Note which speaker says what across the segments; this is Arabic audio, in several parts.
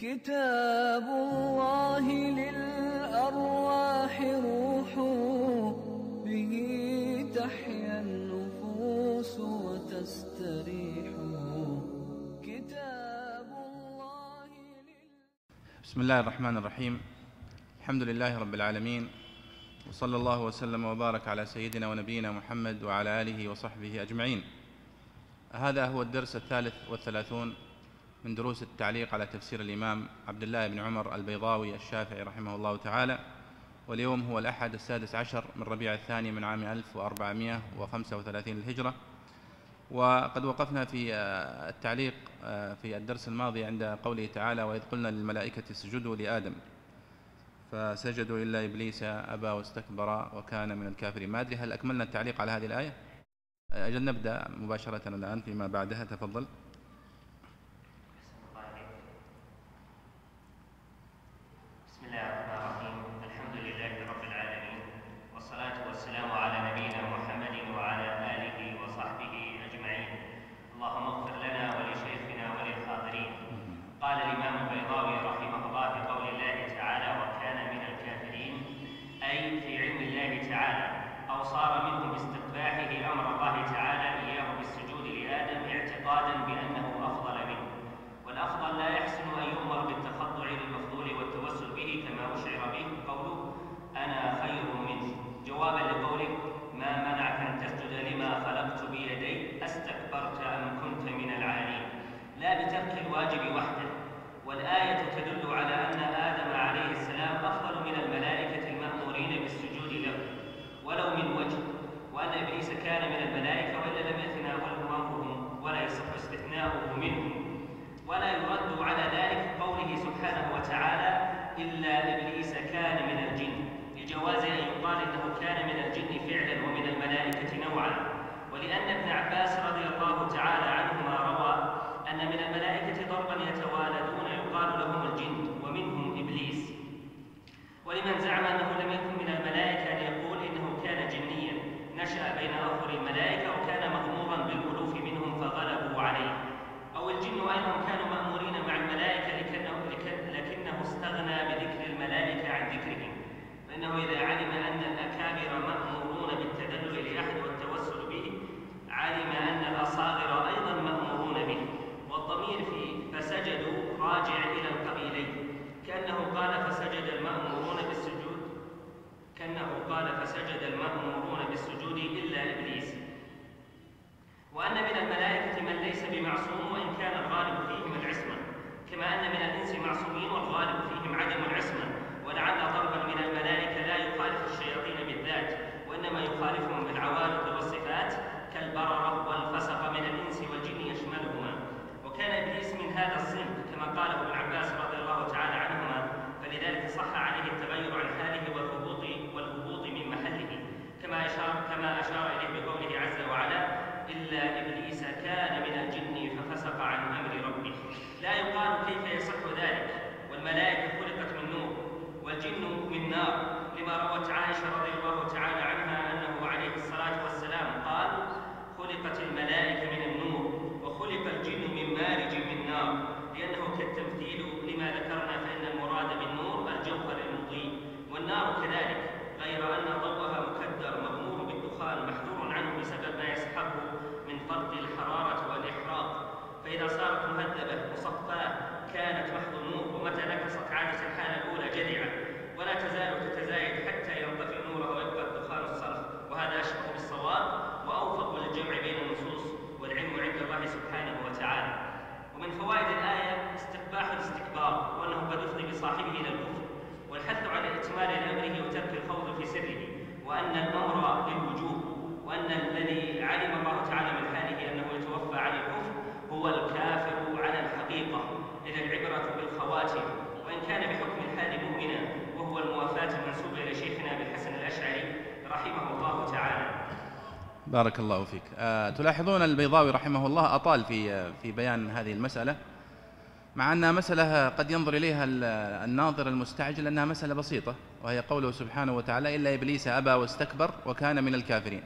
Speaker 1: كتاب الله للأرواح روح، به تحيا النفوس وتستريح. كتاب الله
Speaker 2: بسم الله الرحمن الرحيم. الحمد لله رب العالمين، وصلى الله وسلم وبارك على سيدنا ونبينا محمد وعلى آله وصحبه أجمعين. هذا هو الدرس 33 من دروس التعليق على تفسير الإمام عبد الله بن عمر البيضاوي الشافعي رحمه الله تعالى، واليوم هو الأحد 16 من ربيع الثاني من عام 1435 للهجرة. وقد وقفنا في التعليق في الدرس الماضي عند قوله تعالى: وإذ قلنا للملائكة اسجدوا لآدم فسجدوا إلا إبليس أبى واستكبر وكان من الكافرين. ما أدري هل أكملنا التعليق على هذه الآية؟ أجل نبدأ مباشرة الآن فيما بعدها. تفضل.
Speaker 3: بسم الله الرحمن الرحيم. الحمد لله رب العالمين، والصلاة والسلام على نبينا محمد وعلى آله وصحبه أجمعين. اللهم اغفر لنا ولشيخنا وللحاضرين. قال الإمام البيضاوي رحمه الله في قول الله تعالى: وكان من الكافرين، أي في علم الله تعالى، أو صار منه باستقباحه أمر الله تعالى إياه بالسجود لآدم اعتقادا بأنه أفضل منه، والأفضل لا يحسن أن يؤمر بالتخضع للمفضول والتوسل به كما أشعر به قوله: أنا خير منه، جوابا لقوله: ما منعك أن تسجد لما خلقت بيدي أستكبرت أم كنت من العالين، لا بترك الواجب وحده. والآية تدل على أن آدم عليه السلام أفضل من الملائكة المأمورين بالسجود له ولو من وجه، وأن إبليس كان من الملائكة وإلا لم يتناولهم أمرهم ولا يصح استثناؤه منهم. ولا يرد على ذلك قوله سبحانه وتعالى: إلا إبليس كان من الجن، لجواز أن يقال إنه كان من الجن فعلا ومن الملائكة نوعا. ولأن ابن عباس رضي الله تعالى عنهما روى أن من الملائكة ضربا يتوالدون يقال لهم الجن ومنهم إبليس. ولمن زعم أنه لم يكن من الملائكة أن يقول إنه كان جنيا نشأ بين أظهر الملائكة وكان مغمورا بالألوف منهم فغلبوا عليه. أو الجن أيضا كانوا مأمورين مع الملائكة لكنه استغنى بذكر الملائكة عن ذكرهم، فإنه إذا علم أن الأكابر مأمورون بالتذلل لأحد والتوسل به علم أن الأصاغر أيضا مأمورون به. والضمير في فسجدوا راجع إلى القبيلين، كأنه قال فسجد المأمورون بالسجود إلا إبليس. وأن من الملائكة من ليس بمعصوم وإن كان الغالب فيهم العصمة، كما أن من الإنس معصومين والغالب فيهم عدم العصمة. ولعل ضربا من الملائكة لا يخالف الشياطين بالذات، وإنما يخالفهم بالعوارض والصفات كالبررة والفسق من الإنس والجن يشملهما. وكان إبليس من هذا الصنف كما قاله ابن عباس رضي الله تعالى عنهما، فلذلك صح عليه التغير عن حاله والهبوط من محله، كما أشار إليه بقوله عز وعلا: إلا إبليس كان من الجن ففسق عن أمر ربه. لا يقال كيف يصح ذلك، والملائكة خلقت من نور والجن من نار، لما روت عائشة رضي الله تعالى عنها أنه عليه الصلاة والسلام قال: خلقت الملائكة من النور وخلق الجن من مارج من نار، لأنه كالتمثيل لما ذكرنا، فإن المراد بالنور الجوهر المضيء، والنار كذلك، غير أن ضوءها مكدر مغمور بالدخان محذور عنه بسبب ما يسحبه من فرط الحرارة والإحراق، فإذا صارت مهذبة مصفاة كانت محض النور، ومتى نكست عادت الحالة الأولى جدعة، ولا تزال تتزايد حتى ينطفئ نورها ويبقى الدخان الصلف. وهذا أشبه بالصواب وأوفق للجمع بين النصوص، والعلم عند الله سبحانه وتعالى. ومن فوائد الآية استقباح الاستكبار، وأنه قد يفضي بصاحبه إلى الكفر، والحث على ائتمان لأمره وترك الخوض في سره، وأن الأمر للوجوب، وأن الذي علم الله تعالى من حاله أنه يتوفى عن الكفر هو الكافر على الحقيقة، إذا العبرة بالخواتم، وإن كان بحكم الحال مؤمنا، وهو الموافاة المنسوبة إلى شيخنا بالحسن الأشعري رحمه الله تعالى.
Speaker 2: بارك الله فيك. تلاحظون البيضاوي رحمه الله أطال في بيان هذه المسألة، مع أنها مسألة قد ينظر إليها الناظر المستعجل أنها مسألة بسيطة، وهي قوله سبحانه وتعالى: إلا إبليس أبى واستكبر وكان من الكافرين.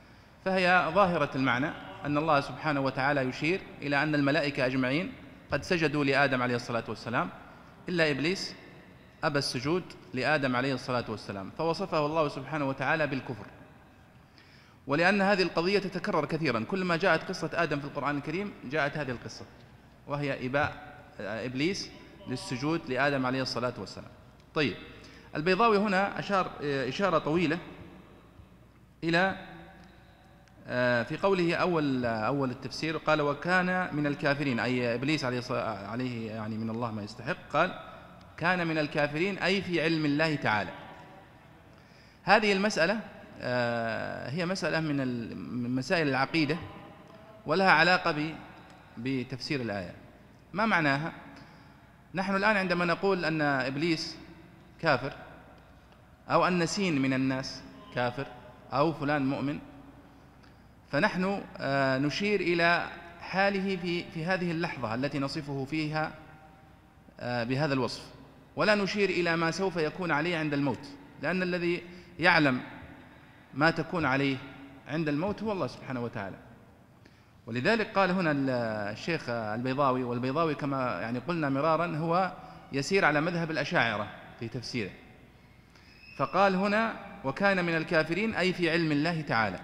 Speaker 2: فهي ظاهرة المعنى أن الله سبحانه وتعالى يشير إلى أن الملائكة أجمعين قد سجدوا لآدم عليه الصلاة والسلام، إلا إبليس أبى السجود لآدم عليه الصلاة والسلام، فوصفه الله سبحانه وتعالى بالكفر. ولأن هذه القضية تتكرر كثيرا، كل ما جاءت قصة آدم في القرآن الكريم جاءت هذه القصة، وهي إباء إبليس للسجود لآدم عليه الصلاة والسلام. طيب، البيضاوي هنا أشار إشارة طويلة إلى في قوله أول التفسير، قال وكان من الكافرين، أي إبليس عليه يعني من الله ما يستحق، قال كان من الكافرين أي في علم الله تعالى. هذه المسألة هي مسألة من مسائل العقيدة، ولها علاقة بتفسير الآية. ما معناها؟ نحن الآن عندما نقول أن إبليس كافر، أو أن سين من الناس كافر، أو فلان مؤمن، فنحن نشير إلى حاله في هذه اللحظة التي نصفه فيها بهذا الوصف، ولا نشير إلى ما سوف يكون عليه عند الموت، لأن الذي يعلم ما تكون عليه عند الموت هو الله سبحانه وتعالى. ولذلك قال هنا الشيخ البيضاوي، والبيضاوي كما يعني قلنا مرارا هو يسير على مذهب الأشاعرة في تفسيره، فقال هنا وكان من الكافرين أي في علم الله تعالى.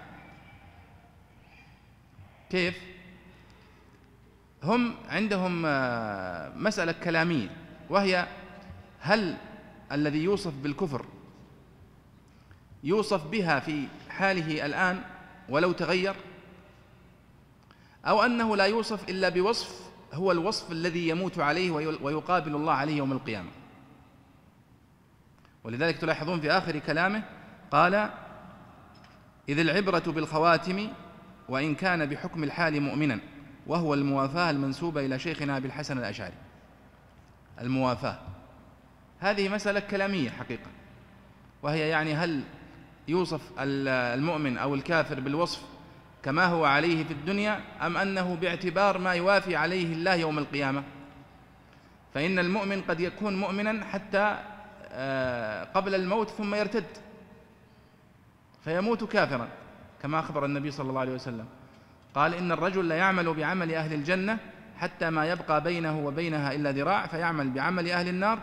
Speaker 2: كيف؟ هم عندهم مسألة كلامية، وهي هل الذي يوصف بالكفر يوصف بها في حاله الآن ولو تغير، أو أنه لا يوصف إلا بوصف هو الوصف الذي يموت عليه ويقابل الله عليه يوم القيامة. ولذلك تلاحظون في آخر كلامه قال إذ العبرة بالخواتم وإن كان بحكم الحال مؤمنا، وهو الموافاة المنسوبة إلى شيخنا أبي الحسن الأشعري. الموافاة هذه مسألة كلامية حقيقة، وهي يعني هل يوصف المؤمن أو الكافر بالوصف كما هو عليه في الدنيا، أم أنه باعتبار ما يوافي عليه الله يوم القيامة؟ فإن المؤمن قد يكون مؤمنا حتى قبل الموت ثم يرتد فيموت كافرا، كما أخبر النبي صلى الله عليه وسلم، قال إن الرجل ليعمل بعمل أهل الجنة حتى ما يبقى بينه وبينها إلا ذراع، فيعمل بعمل أهل النار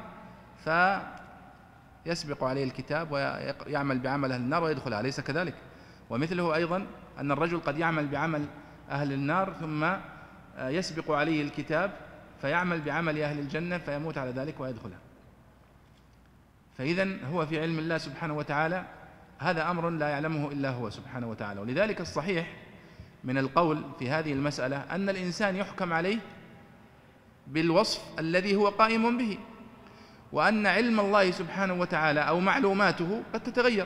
Speaker 2: فيسبق عليه الكتاب ويعمل بعمل أهل النار ويدخلها، أليس كذلك؟ ومثله أيضا أن الرجل قد يعمل بعمل أهل النار ثم يسبق عليه الكتاب فيعمل بعمل أهل الجنة فيموت على ذلك ويدخلها. فإذن هو في علم الله سبحانه وتعالى، هذا أمر لا يعلمه إلا هو سبحانه وتعالى. ولذلك الصحيح من القول في هذه المسألة أن الإنسان يحكم عليه بالوصف الذي هو قائم به، وأن علم الله سبحانه وتعالى أو معلوماته قد تتغير.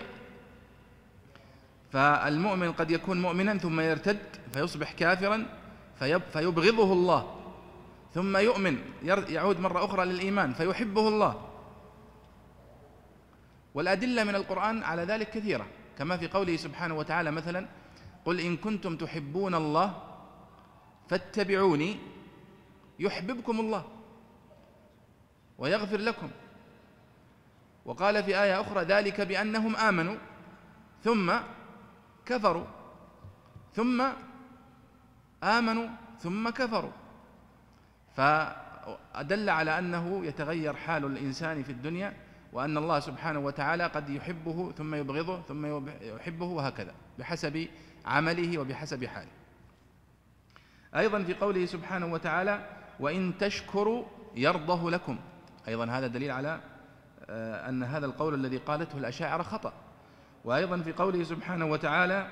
Speaker 2: فالمؤمن قد يكون مؤمنا ثم يرتد فيصبح كافرا فيبغضه الله، ثم يؤمن يعود مرة أخرى للإيمان فيحبه الله. والأدلة من القرآن على ذلك كثيرة، كما في قوله سبحانه وتعالى مثلا قل إن كنتم تحبون الله فاتبعوني يحببكم الله ويغفر لكم. وقال في آية أخرى ذلك بأنهم آمنوا ثم كفروا ثم آمنوا ثم كفروا، فأدل على أنه يتغير حال الإنسان في الدنيا، وأن الله سبحانه وتعالى قد يحبه ثم يبغضه ثم يحبه، وهكذا بحسب عمله وبحسب حاله. أيضا في قوله سبحانه وتعالى وإن تشكروا يرضه لكم، أيضا هذا دليل على أن هذا القول الذي قالته الأشاعرة خطأ. وأيضا في قوله سبحانه وتعالى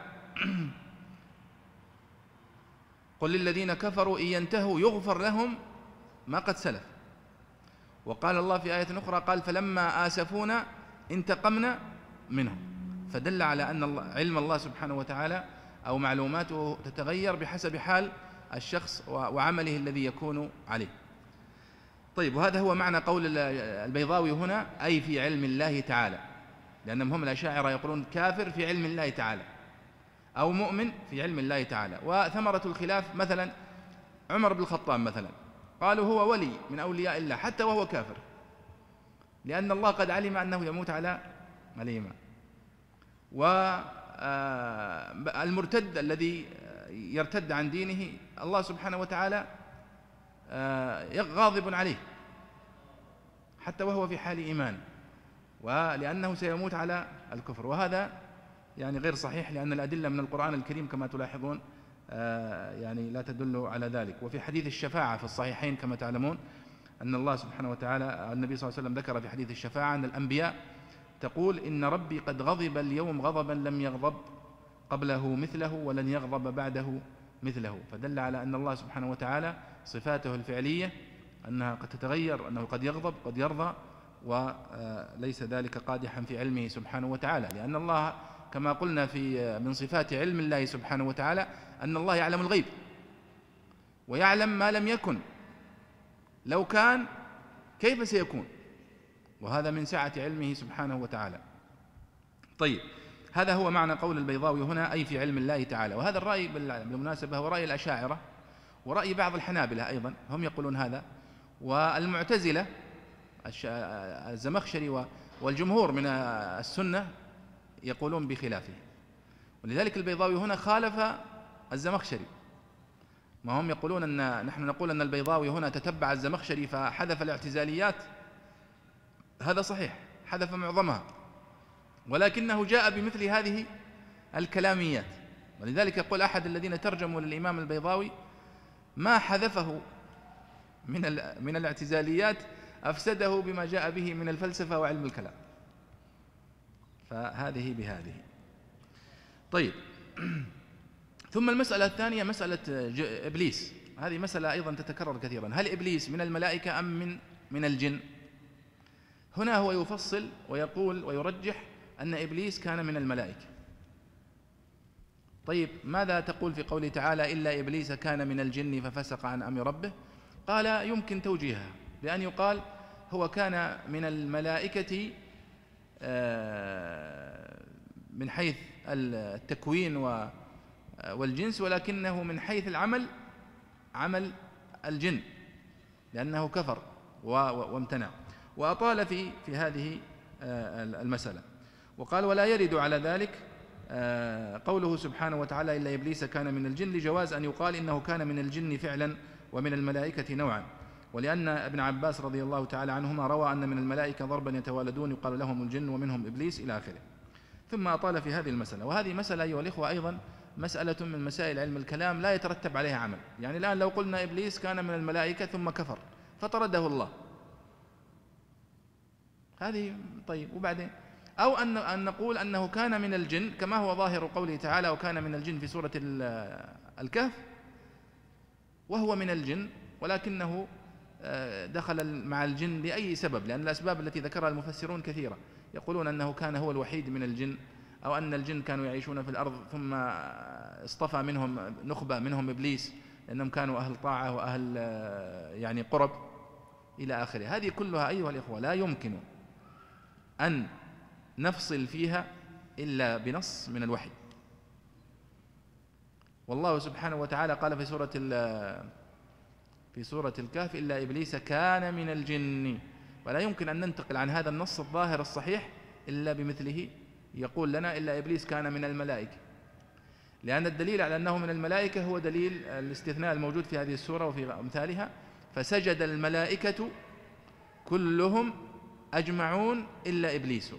Speaker 2: قل للذين كفروا إن ينتهوا يغفر لهم ما قد سلف. وقال الله في آية أخرى قال فلما آسفونا انتقمنا منهم، فدل على أن علم الله سبحانه وتعالى أو معلوماته تتغير بحسب حال الشخص وعمله الذي يكون عليه. طيب، وهذا هو معنى قول البيضاوي هنا أي في علم الله تعالى، لأنهم هم الأشاعرة يقولون كافر في علم الله تعالى أو مؤمن في علم الله تعالى. وثمرة الخلاف مثلا عمر بن الخطاب مثلا قالوا هو ولي من أولياء الله حتى وهو كافر، لأن الله قد علم أنه يموت على الإيمان. والمرتد الذي يرتد عن دينه الله سبحانه وتعالى غاضب عليه، حتى وهو في حال إيمان، ولأنه سيموت على الكفر، وهذا يعني غير صحيح، لأن الأدلة من القرآن الكريم كما تلاحظون يعني لا تدل على ذلك. وفي حديث الشفاعة في الصحيحين كما تعلمون أن الله سبحانه وتعالى، النبي صلى الله عليه وسلم ذكر في حديث الشفاعة أن الأنبياء تقول إن ربي قد غضب اليوم غضبا لم يغضب قبله مثله ولن يغضب بعده مثله، فدل على أن الله سبحانه وتعالى صفاته الفعلية أنها قد تتغير، أنه قد يغضب قد يرضى، وليس ذلك قادحا في علمه سبحانه وتعالى، لأن الله كما قلنا من صفات علم الله سبحانه وتعالى أن الله يعلم الغيب ويعلم ما لم يكن، لو كان كيف سيكون، وهذا من سعة علمه سبحانه وتعالى. طيب، هذا هو معنى قول البيضاوي هنا، أي في علم الله تعالى. وهذا الرأي بالمناسبة هو رأي الأشاعرة ورأي بعض الحنابلة أيضا، هم يقولون هذا، والمعتزلة الزمخشري والجمهور من السنة يقولون بخلافه. ولذلك البيضاوي هنا خالف الزمخشري، ما هم يقولون أن نحن نقول أن البيضاوي هنا تتبع الزمخشري فحذف الاعتزاليات، هذا صحيح، حذف معظمها، ولكنه جاء بمثل هذه الكلاميات. ولذلك يقول أحد الذين ترجموا للإمام البيضاوي ما حذفه من الاعتزاليات أفسده بما جاء به من الفلسفة وعلم الكلام، فهذه بهذه. طيب، ثم المسألة الثانية مسألة إبليس، هذه مسألة أيضا تتكرر كثيرا، هل إبليس من الملائكة أم من الجن؟ هنا هو يفصل ويقول ويرجح أن إبليس كان من الملائكة. طيب، ماذا تقول في قوله تعالى إلا إبليس كان من الجن ففسق عن أمر ربه؟ قال يمكن توجيهها بأن يقال هو كان من الملائكة من حيث التكوين والجنس، ولكنه من حيث العمل عمل الجن، لأنه كفر وامتنع، وأطال في هذه المسألة. وقال ولا يرد على ذلك قوله سبحانه وتعالى إلا إبليس كان من الجن، لجواز أن يقال إنه كان من الجن فعلا ومن الملائكة نوعا، ولأن ابن عباس رضي الله تعالى عنهما روى أن من الملائكة ضربا يتوالدون يقال لهم الجن ومنهم إبليس إلى آخره. ثم أطال في هذه المسألة، وهذه مسألة أيها الإخوة أيضا مسألة من مسائل علم الكلام لا يترتب عليها عمل. يعني الآن لو قلنا إبليس كان من الملائكة ثم كفر فطرده الله، هذه طيب، وبعدين أو أن نقول أنه كان من الجن كما هو ظاهر قوله تعالى وكان من الجن في سورة الكهف، وهو من الجن ولكنه دخل مع الجن لأي سبب، لأن الأسباب التي ذكرها المفسرون كثيرة، يقولون أنه كان هو الوحيد من الجن، أو أن الجن كانوا يعيشون في الأرض ثم اصطفى منهم نخبة منهم إبليس لأنهم كانوا أهل طاعة وأهل يعني قرب إلى آخره. هذه كلها أيها الإخوة لا يمكن أن نفصل فيها إلا بنص من الوحي. والله سبحانه وتعالى قال في سورة الكهف إلا إبليس كان من الجن، ولا يمكن أن ننتقل عن هذا النص الظاهر الصحيح إلا بمثله، يقول لنا إلا إبليس كان من الملائكة، لأن الدليل على أنه من الملائكة هو دليل الاستثناء الموجود في هذه السورة وفي أمثالها، فسجد الملائكة كلهم أجمعون إلا إبليس.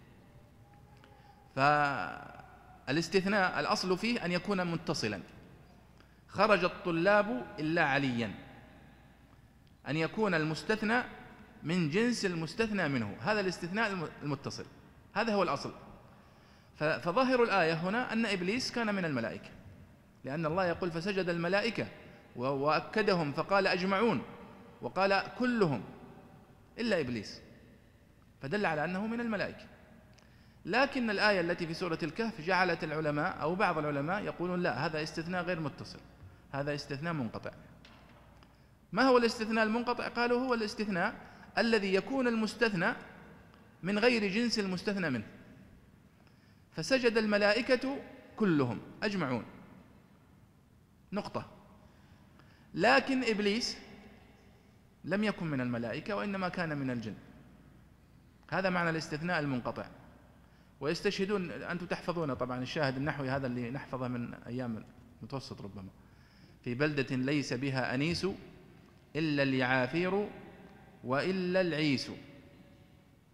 Speaker 2: فالاستثناء الأصل فيه أن يكون متصلا، خرج الطلاب إلا عليا، أن يكون المستثنى من جنس المستثنى منه، هذا الاستثناء المتصل، هذا هو الأصل. فظاهر الآية هنا أن إبليس كان من الملائكة، لأن الله يقول فسجد الملائكة وأكدهم فقال أجمعون، وقال كلهم إلا إبليس، فدل على أنه من الملائكة. لكن الآية التي في سورة الكهف جعلت العلماء أو بعض العلماء يقولون لا، هذا استثناء غير متصل، هذا استثناء منقطع. ما هو الاستثناء المنقطع؟ قالوا هو الاستثناء الذي يكون المستثنى من غير جنس المستثنى منه، فسجد الملائكة كلهم أجمعون نقطة، لكن إبليس لم يكن من الملائكة وإنما كان من الجن، هذا معنى الاستثناء المنقطع. ويستشهدون، أنتم تحفظون طبعا الشاهد النحوي هذا اللي نحفظه من أيام المتوسط ربما، في بلدة ليس بها أنيس إلا اليعافير وإلا العيس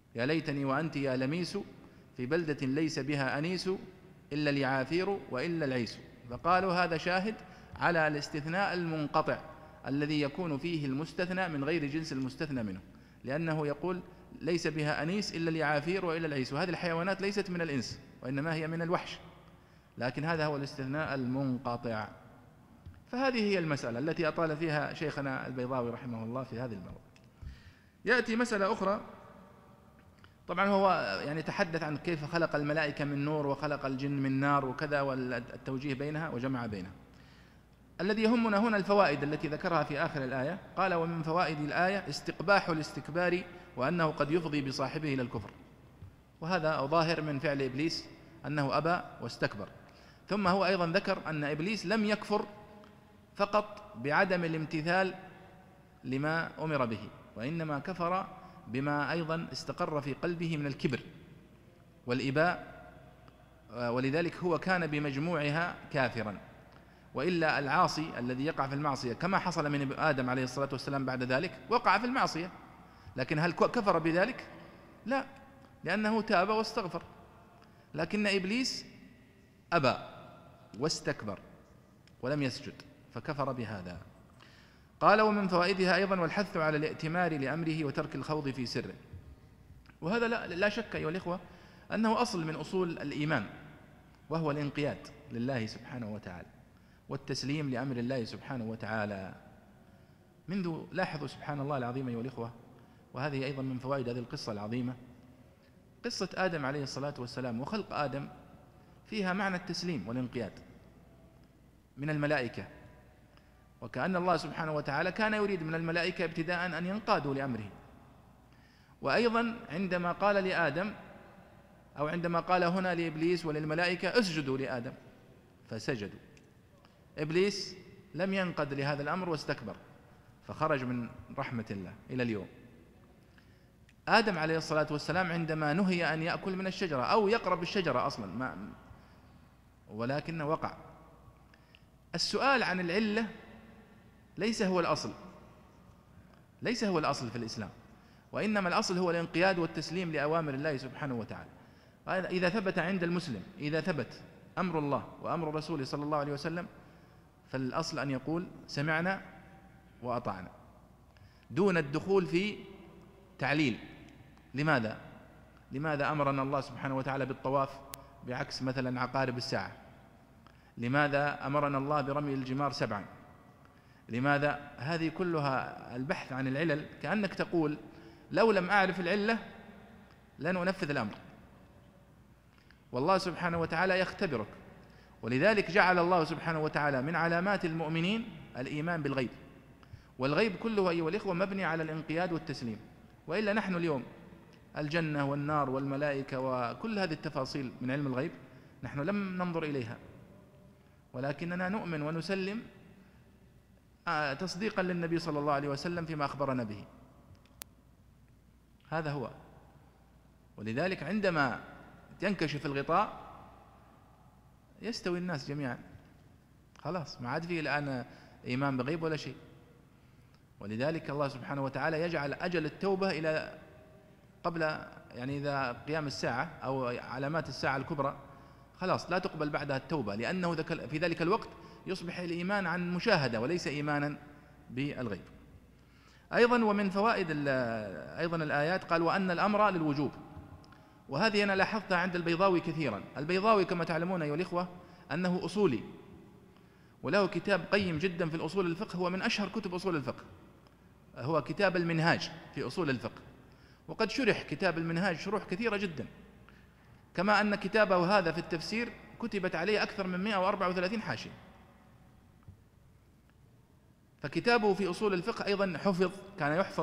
Speaker 2: يا ليتني وأنت يا لميس في بلدة ليس بها أنيس إلا اليعافير وإلا العيس. فقالوا هذا شاهد على الاستثناء المنقطع الذي يكون فيه المستثنى من غير جنس المستثنى منه، لأنه يقول ليس بها أنيس إلا اليعافير وإلا العيس، وهذه الحيوانات ليست من الإنس وإنما هي من الوحش، لكن هذا هو الاستثناء المنقطع. فهذه هي المسألة التي أطال فيها شيخنا البيضاوي رحمه الله في هذه الموضوع. يأتي مسألة أخرى، طبعا هو يعني تحدث عن كيف خلق الملائكة من نور وخلق الجن من نار وكذا، والتوجيه بينها وجمع بينها. الذي يهمنا هنا الفوائد التي ذكرها في آخر الآية. قال: ومن فوائد الآية استقباح الاستكبار وأنه قد يفضي بصاحبه إلى الكفر. وهذا ظاهر من فعل إبليس أنه أبى واستكبر. ثم هو أيضا ذكر أن إبليس لم يكفر فقط بعدم الامتثال لما أمر به، وإنما كفر بما أيضا استقر في قلبه من الكبر والإباء، ولذلك هو كان بمجموعها كافرا. وإلا العاصي الذي يقع في المعصية كما حصل من آدم عليه الصلاة والسلام بعد ذلك وقع في المعصية، لكن هل كفر بذلك؟ لا، لأنه تاب واستغفر. لكن إبليس أبى واستكبر ولم يسجد فكفر بهذا. قال: ومن فوائدها أيضا والحث على الائتمار لأمره وترك الخوض في سره. وهذا لا شك أيها الإخوة أنه أصل من أصول الإيمان، وهو الانقياد لله سبحانه وتعالى والتسليم لأمر الله سبحانه وتعالى. منذ لاحظوا سبحان الله العظيم أيها الإخوة، وهذه أيضا من فوائد هذه القصة العظيمة، قصة آدم عليه الصلاة والسلام وخلق آدم فيها معنى التسليم والانقياد من الملائكة، وكأن الله سبحانه وتعالى كان يريد من الملائكة ابتداء أن ينقادوا لأمره. وأيضا عندما قال لآدم، أو عندما قال هنا لإبليس وللملائكة اسجدوا لآدم فسجدوا، إبليس لم ينقد لهذا الأمر واستكبر فخرج من رحمة الله إلى اليوم. آدم عليه الصلاة والسلام عندما نهي أن يأكل من الشجرة أو يقرب الشجرة أصلا ولكنه وقع. السؤال عن العلة ليس هو الأصل، ليس هو الأصل في الإسلام، وإنما الأصل هو الانقياد والتسليم لأوامر الله سبحانه وتعالى. إذا ثبت عند المسلم، إذا ثبت أمر الله وأمر رسوله صلى الله عليه وسلم، فالأصل أن يقول سمعنا وأطعنا دون الدخول في تعليل. لماذا أمرنا الله سبحانه وتعالى بالطواف بعكس مثلا عقارب الساعة؟ لماذا أمرنا الله برمي الجمار 7؟ لماذا؟ هذه كلها البحث عن العلل، كأنك تقول لو لم أعرف العلة لن أنفذ الأمر. والله سبحانه وتعالى يختبرك، ولذلك جعل الله سبحانه وتعالى من علامات المؤمنين الإيمان بالغيب، والغيب كله أيها الإخوة مبني على الانقياد والتسليم. وإلا نحن اليوم الجنة والنار والملائكة وكل هذه التفاصيل من علم الغيب نحن لم ننظر إليها، ولكننا نؤمن ونسلم تصديقا للنبي صلى الله عليه وسلم فيما أخبرنا به. هذا هو. ولذلك عندما ينكشف الغطاء يستوي الناس جميعا، خلاص ما عاد فيه الآن إيمان بغيب ولا شيء. ولذلك الله سبحانه وتعالى يجعل أجل التوبة إلى قبل، يعني إذا قيام الساعة أو علامات الساعة الكبرى خلاص لا تقبل بعدها التوبة، لأنه في ذلك الوقت يصبح الإيمان عن مشاهدة وليس إيمانا بالغيب. أيضا ومن فوائد أيضا الآيات قال وأن الأمر للوجوب، وهذه أنا لاحظتها عند البيضاوي كثيرا. البيضاوي كما تعلمون أيها الإخوة أنه أصولي، وله كتاب قيم جدا في الأصول الفقه، هو من أشهر كتب أصول الفقه، هو كتاب المنهاج في أصول الفقه، وقد شرح كتاب المنهاج شروح كثيرة جدا، كما أن كتابه هذا في التفسير كتبت عليه أكثر من 134 حاشية. فكتابه في أصول الفقه أيضا حفظ، كان يحفظ،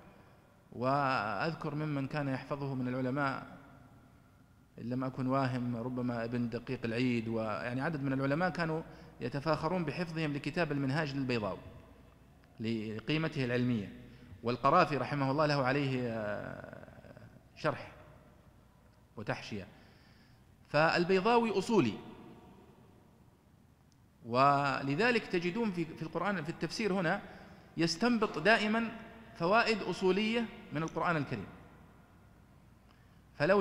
Speaker 2: وأذكر ممن كان يحفظه من العلماء إن لم أكن واهم ربما ابن دقيق العيد، ويعني عدد من العلماء كانوا يتفاخرون بحفظهم لكتاب المنهاج للبيضاوي لقيمته العلمية. والقرافي رحمه الله له عليه شرح وتحشية. فالبيضاوي أصولي، ولذلك تجدون في القرآن في التفسير هنا يستنبط دائما فوائد أصولية من القرآن الكريم. فلو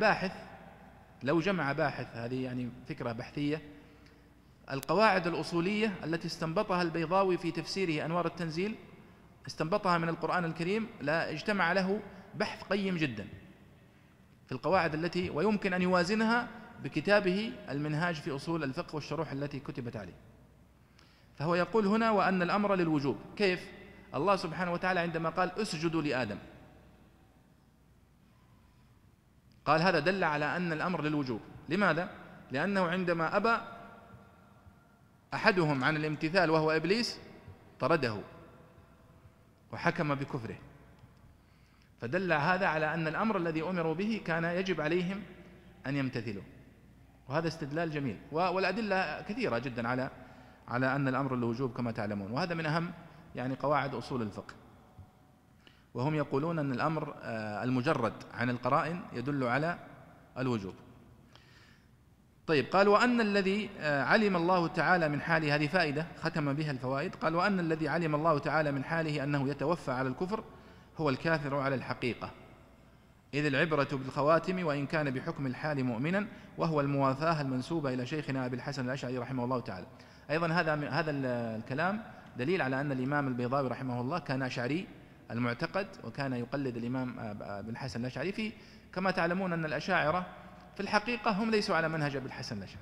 Speaker 2: جمع باحث هذه يعني فكرة بحثية، القواعد الأصولية التي استنبطها البيضاوي في تفسيره أنوار التنزيل، استنبطها من القرآن الكريم، لا اجتمع له بحث قيم جدا في القواعد التي، ويمكن أن يوازنها بكتابه المنهاج في أصول الفقه والشروح التي كتبت عليه. فهو يقول هنا وأن الأمر للوجوب. كيف؟ الله سبحانه وتعالى عندما قال اسجدوا لآدم، قال هذا دل على أن الأمر للوجوب. لماذا؟ لأنه عندما أبى أحدهم عن الامتثال وهو إبليس طرده وحكم بكفره، فدل هذا على أن الأمر الذي أمروا به كان يجب عليهم أن يمتثلوا، وهذا استدلال جميل. والأدلة كثيرة جدا على أن الأمر للوجوب كما تعلمون، وهذا من أهم يعني قواعد أصول الفقه. وهم يقولون أن الأمر المجرد عن القرائن يدل على الوجوب. طيب، قال وأن الذي علم الله تعالى من حاله، هذه فائدة ختم بها الفوائد، قال وأن الذي علم الله تعالى من حاله أنه يتوفى على الكفر هو الكافر على الحقيقة، إذ العبرة بالخواتم وإن كان بحكم الحال مؤمنا، وهو الموافاة المنسوبة إلى شيخنا أبي الحسن الأشعري رحمه الله تعالى. أيضا هذا الكلام دليل على أن الإمام البيضاوي رحمه الله كان أشعري المعتقد، وكان يقلد الإمام ابن الحسن الأشعري في، كما تعلمون أن الأشاعرة في الحقيقة هم ليسوا على منهج ابن الحسن الأشعري،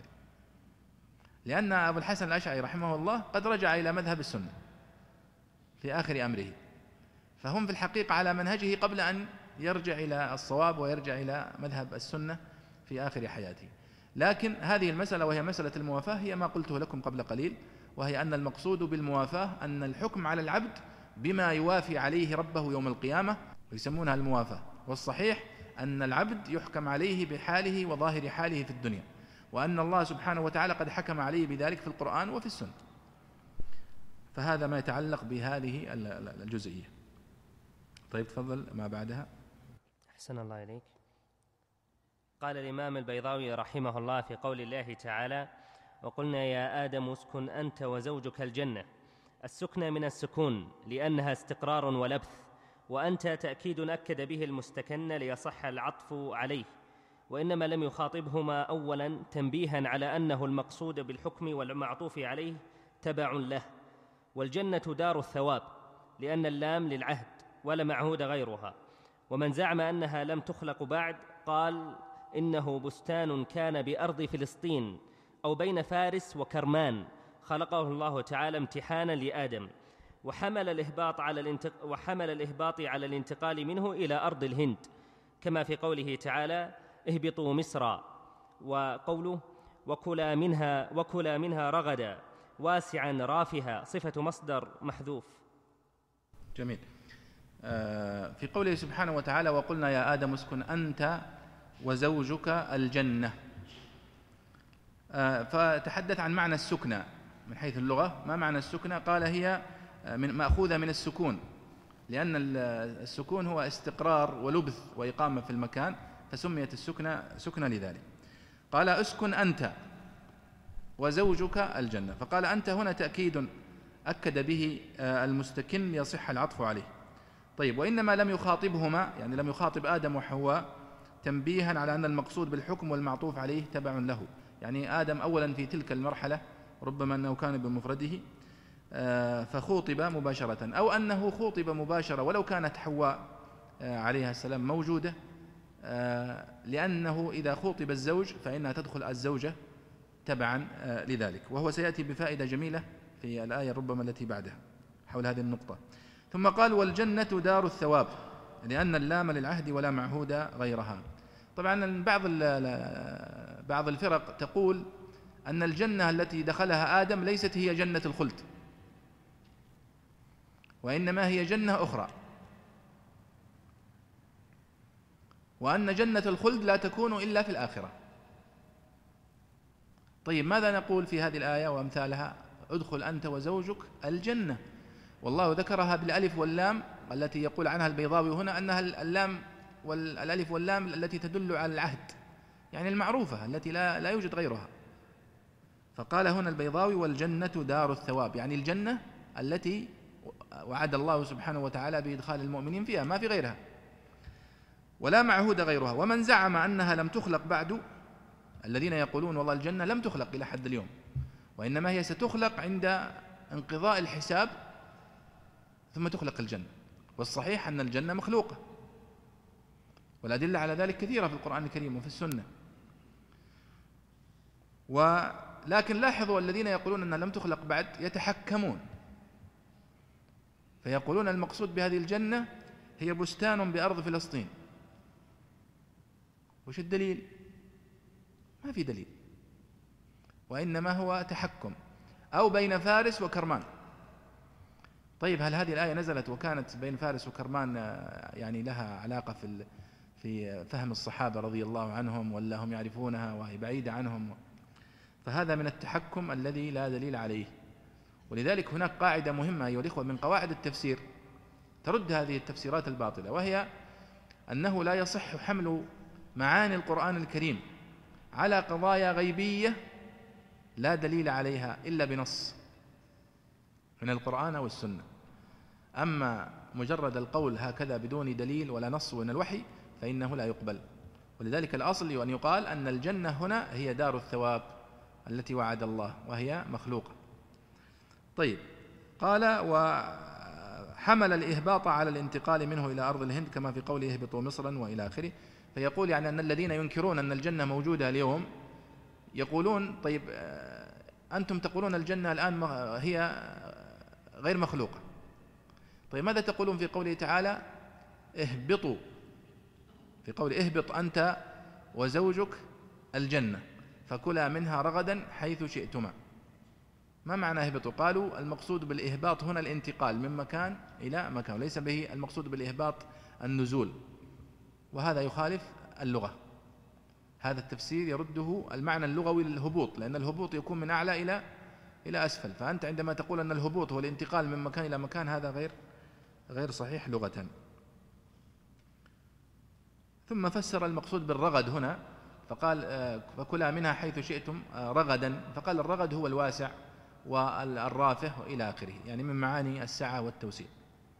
Speaker 2: لأن أبو الحسن الأشعري رحمه الله قد رجع إلى مذهب السنة في آخر أمره، فهم في الحقيقة على منهجه قبل أن يرجع إلى الصواب ويرجع إلى مذهب السنة في آخر حياته. لكن هذه المسألة وهي مسألة الموافاة هي ما قلته لكم قبل قليل، وهي أن المقصود بالموافاة أن الحكم على العبد بما يوافي عليه ربه يوم القيامة، ويسمونها الموافاة. والصحيح أن العبد يحكم عليه بحاله وظاهر حاله في الدنيا، وأن الله سبحانه وتعالى قد حكم عليه بذلك في القرآن وفي السنة. فهذا ما يتعلق بهذه الجزئية. طيب تفضل ما بعدها.
Speaker 3: أحسن الله إليك. قال الإمام البيضاوي رحمه الله في قول الله تعالى: وقلنا يا آدم اسكن أنت وزوجك الجنة. السكنى من السكون لأنها استقرار ولبث، وأنت تأكيد أكد به المستكن ليصح العطف عليه، وإنما لم يخاطبهما أولا تنبيها على أنه المقصود بالحكم والمعطوف عليه تبع له. والجنة دار الثواب لأن اللام للعهد ولا معهود غيرها. ومن زعم أنها لم تخلق بعد قال إنه بستان كان بأرض فلسطين أو بين فارس وكرمان، خلقه الله تعالى امتحانا لآدم، وحمل الإهباط على الانتقال منه إلى أرض الهند، كما في قوله تعالى: اهبطوا مصرا، وقوله وكلا منها رغدا واسعا رافها، صفة مصدر محذوف.
Speaker 2: جميل. في قوله سبحانه وتعالى: وقلنا يا آدم اسكن أنت وزوجك الجنة، فتحدث عن معنى السكنى من حيث اللغة. ما معنى السكنى؟ قال هي مأخوذة من السكون، لأن السكون هو استقرار ولبث وإقامة في المكان، فسميت السكنى سكنى لذلك. قال اسكن أنت وزوجك الجنة، فقال أنت هنا تأكيد أكد به المستكن ليصح العطف عليه. طيب، وإنما لم يخاطبهما، يعني لم يخاطب آدم وحواء، تنبيها على أن المقصود بالحكم والمعطوف عليه تبع له. يعني آدم أولا في تلك المرحلة ربما أنه كان بمفرده فخوطب مباشرة، أو أنه خوطب مباشرة ولو كانت حواء عليها السلام موجودة، لأنه إذا خوطب الزوج فإنها تدخل الزوجة تبعا لذلك. وهو سيأتي بفائدة جميلة في الآية ربما التي بعدها حول هذه النقطة. ثم قال: والجنة دار الثواب، لأن اللام للعهد ولا معهود غيرها. طبعا بعض الفرق تقول أن الجنة التي دخلها آدم ليست هي جنة الخلد، وإنما هي جنة أخرى، وأن جنة الخلد لا تكون إلا في الآخرة. طيب، ماذا نقول في هذه الآية وأمثالها؟ ادخل أنت وزوجك الجنة، والله ذكرها بالألف واللام التي يقول عنها البيضاوي هنا أنها اللام والألف واللام التي تدل على العهد، يعني المعروفة التي لا يوجد غيرها. فقال هنا البيضاوي: والجنة دار الثواب، يعني الجنة التي وعد الله سبحانه وتعالى بإدخال المؤمنين فيها، ما في غيرها. ولا معهود غيرها. ومن زعم أنها لم تخلق بعد، الذين يقولون والله الجنة لم تخلق إلى حد اليوم، وإنما هي ستخلق عند انقضاء الحساب ثم تخلق الجنة، والصحيح أن الجنة مخلوقة، والأدلة على ذلك كثيرة في القرآن الكريم وفي السنة. ولكن لاحظوا الذين يقولون أنها لم تخلق بعد يتحكمون، فيقولون المقصود بهذه الجنة هي بستان بأرض فلسطين. وش الدليل؟ ما في دليل، وإنما هو تحكم، أو بين فارس وكرمان. طيب هل هذه الآية نزلت وكانت بين فارس وكرمان يعني لها علاقة في فهم الصحابة رضي الله عنهم، ولا هم يعرفونها وهي بعيدة عنهم؟ فهذا من التحكم الذي لا دليل عليه. ولذلك هناك قاعدة مهمة أيها الإخوة من قواعد التفسير ترد هذه التفسيرات الباطلة، وهي أنه لا يصح حمل معاني القرآن الكريم على قضايا غيبية لا دليل عليها إلا بنص من القرآن أو السنة. أما مجرد القول هكذا بدون دليل ولا نص من الوحي فإنه لا يقبل. ولذلك الأصل أن يقال أن الجنة هنا هي دار الثواب التي وعد الله، وهي مخلوقة. طيب، قال وحمل الإهباط على الانتقال منه إلى أرض الهند كما في قوله اهبطوا مصرا وإلى آخره. فيقول يعني أن الذين ينكرون أن الجنة موجودة اليوم يقولون طيب أنتم تقولون الجنة الآن هي غير مخلوقة، طيب ماذا تقولون في قوله تعالى اهبطوا، في قول اهبط أنت وزوجك الجنة فكلا منها رغدا حيث شئتما؟ ما معنى اهبطوا؟ قالوا المقصود بالإهباط هنا الانتقال من مكان إلى مكان، ليس به المقصود بالإهباط النزول، وهذا يخالف اللغة. هذا التفسير يرده المعنى اللغوي للهبوط، لأن الهبوط يكون من أعلى إلى أسفل، فأنت عندما تقول أن الهبوط هو الانتقال من مكان إلى مكان هذا غير صحيح لغة. ثم فسر المقصود بالرغد هنا فقال فكلا منها حيث شئتم رغدا، فقال الرغد هو الواسع والرافع إلى آخره، يعني من معاني السعة والتوسيع.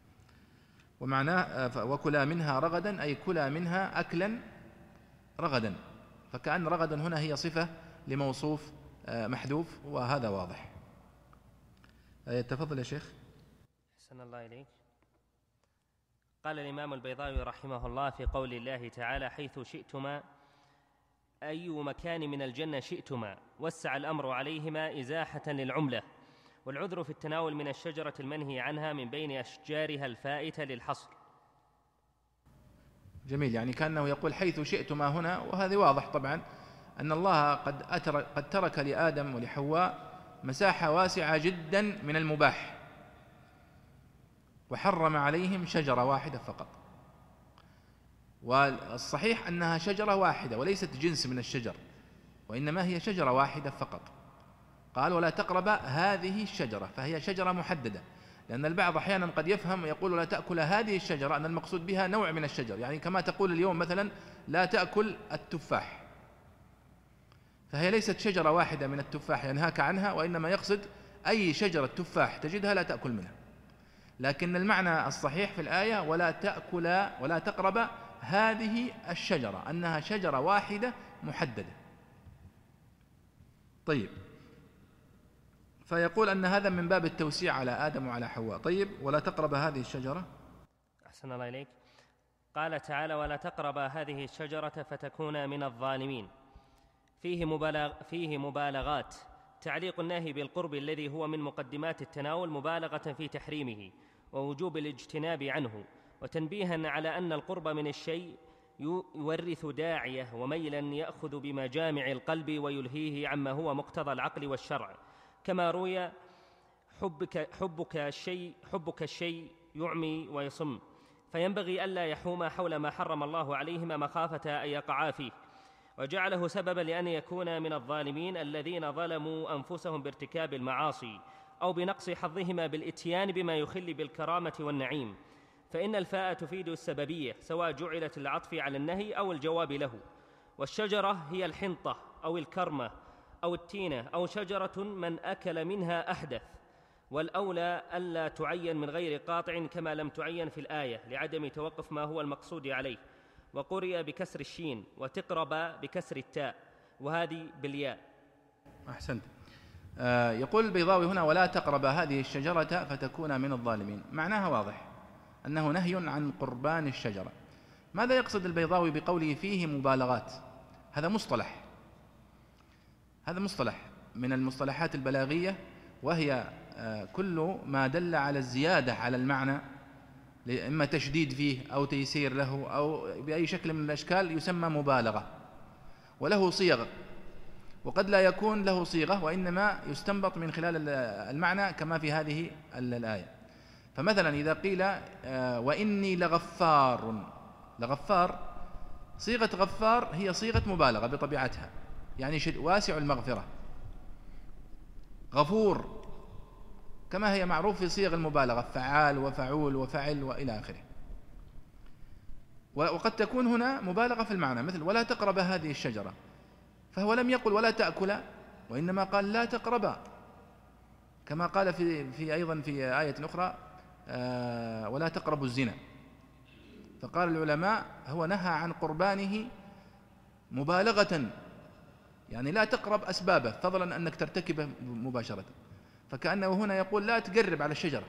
Speaker 2: ومعناه وكلا منها رغدا أي كلا منها أكلا رغدا، فكأن رغدا هنا هي صفة لموصوف محذوف، وهذا واضح. تفضل يا شيخ.
Speaker 3: أحسن الله إليك. قال الإمام البيضاوي رحمه الله في قول الله تعالى حيث شئتما أي مكان من الجنة شئتما، وسع الأمر عليهما إزاحة للعملة، والعذر في التناول من الشجرة المنهي عنها من بين أشجارها الفائتة للحصر.
Speaker 2: جميل، يعني كأنه يقول حيث شئتما هنا، وهذا واضح طبعا أن الله قد ترك لآدم ولحواء مساحة واسعة جدا من المباح، وحرم عليهم شجرة واحدة فقط، والصحيح أنها شجرة واحدة وليست جنس من الشجر، وإنما هي شجرة واحدة فقط. قال ولا تقرب هذه الشجرة، فهي شجرة محددة، لأن البعض أحيانا قد يفهم ويقول لا تأكل هذه الشجرة أن المقصود بها نوع من الشجر، يعني كما تقول اليوم مثلا لا تأكل التفاح، فهي ليست شجرة واحدة من التفاح ينهاك عنها، وإنما يقصد أي شجرة تفاح تجدها لا تأكل منها. لكن المعنى الصحيح في الآية ولا تقرب هذه الشجرة، أنها شجرة واحدة محددة. طيب، فيقول أن هذا من باب التوسيع على آدم وعلى حواء. طيب، ولا تقرب هذه الشجرة.
Speaker 3: أحسن الله إليك. قال تعالى ولا تقرب هذه الشجرة فتكون من الظالمين، فيه مبالغات، تعليق النهي بالقرب الذي هو من مقدمات التناول مبالغة في تحريمه ووجوب الاجتناب عنه، وتنبيها على أن القرب من الشيء يورث داعية وميلا يأخذ بمجامع القلب ويلهيه عما هو مقتضى العقل والشرع، كما روي حبك الشيء يعمي ويصم، فينبغي ألا يحوم حول ما حرم الله عليهما مخافة أن يقعا فيه، وجعله سببا لأن يكون من الظالمين الذين ظلموا أنفسهم بارتكاب المعاصي أو بنقص حظهما بالإتيان بما يخل بالكرامة والنعيم، فإن الفاء تفيد السببية سواء جعلت العطف على النهي أو الجواب له. والشجرة هي الحنطة أو الكرمة أو التينة أو شجرة من أكل منها أحدث، والأولى ألا تعين من غير قاطع كما لم تعين في الآية لعدم توقف ما هو المقصود عليه.
Speaker 4: وقرئ بكسر الشين، وتقرب بكسر التاء، وهذه بالياء.
Speaker 2: أحسنت. يقول البيضاوي هنا: ولا تقرب هذه الشجرة فتكون من الظالمين. معناها واضح أنه نهي عن قربان الشجرة. ماذا يقصد البيضاوي بقوله فيه مبالغات؟ هذا مصطلح من المصطلحات البلاغية، وهي كل ما دل على الزيادة على المعنى، إما تشديد فيه أو تيسير له أو بأي شكل من الأشكال، يسمى مبالغة، وله صيغ، وقد لا يكون له صيغة، وإنما يستنبط من خلال المعنى كما في هذه الآية. فمثلا إذا قيل وإني لغفار، صيغة غفار هي صيغة مبالغة بطبيعتها، يعني واسع المغفرة. غفور كما هي معروف في صيغ المبالغة، فعال وفعول وفعل وإلى آخره. وقد تكون هنا مبالغة في المعنى، مثل ولا تقرب هذه الشجرة، فهو لم يقل ولا تأكل، وإنما قال لا تقربا، كما قال في أيضا في آية أخرى ولا تقربوا الزنا. فقال العلماء هو نهى عن قربانه مبالغة، يعني لا تقرب أسبابه فضلا أنك ترتكبه مباشرة، فكأنه هنا يقول لا تقرب على الشجرة،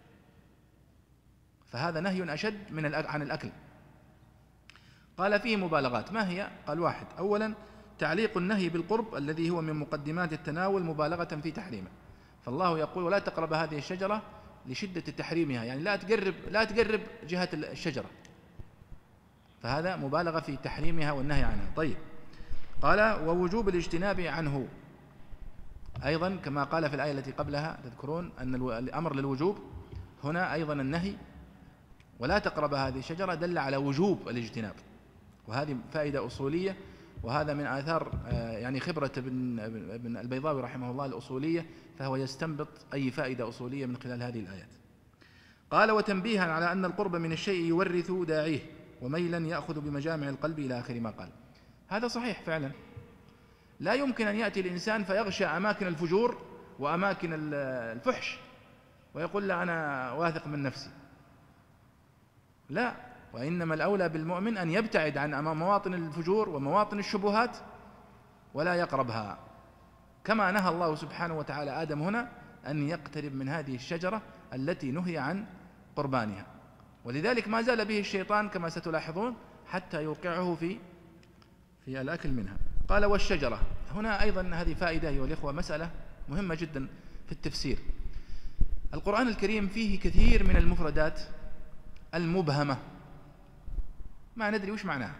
Speaker 2: فهذا نهي أشد عن الأكل. قال فيه مبالغات، ما هي؟ قال: واحد، أولا تعليق النهي بالقرب الذي هو من مقدمات التناول مبالغة في تحريمه، فالله يقول ولا تقرب هذه الشجرة لشدة تحريمها، يعني لا تقرب جهة الشجرة، فهذا مبالغة في تحريمها والنهي عنها. طيب، قال ووجوب الاجتناب عنه أيضا، كما قال في الآية التي قبلها، تذكرون أن الأمر للوجوب، هنا أيضا النهي ولا تقرب هذه الشجرة دل على وجوب الاجتناب، وهذه فائدة أصولية، وهذا من آثار يعني خبرة ابن البيضاوي رحمه الله الأصولية، فهو يستنبط أي فائدة أصولية من خلال هذه الآيات. قال وتنبيها على أن القرب من الشيء يورث داعيه، وميلا يأخذ بمجامع القلب إلى آخر ما قال. هذا صحيح فعلا، لا يمكن أن يأتي الإنسان فيغشى أماكن الفجور وأماكن الفحش ويقول لا أنا واثق من نفسي، لا، وإنما الأولى بالمؤمن أن يبتعد عن مواطن الفجور ومواطن الشبهات ولا يقربها، كما نهى الله سبحانه وتعالى آدم هنا أن يقترب من هذه الشجرة التي نهي عن قربانها، ولذلك ما زال به الشيطان كما ستلاحظون حتى يوقعه في الأكل منها. قال والشجرة، هنا أيضا هذه فائدة أيها الإخوة، مسألة مهمة جدا في التفسير. القرآن الكريم فيه كثير من المفردات المبهمة ما ندري وش معناها،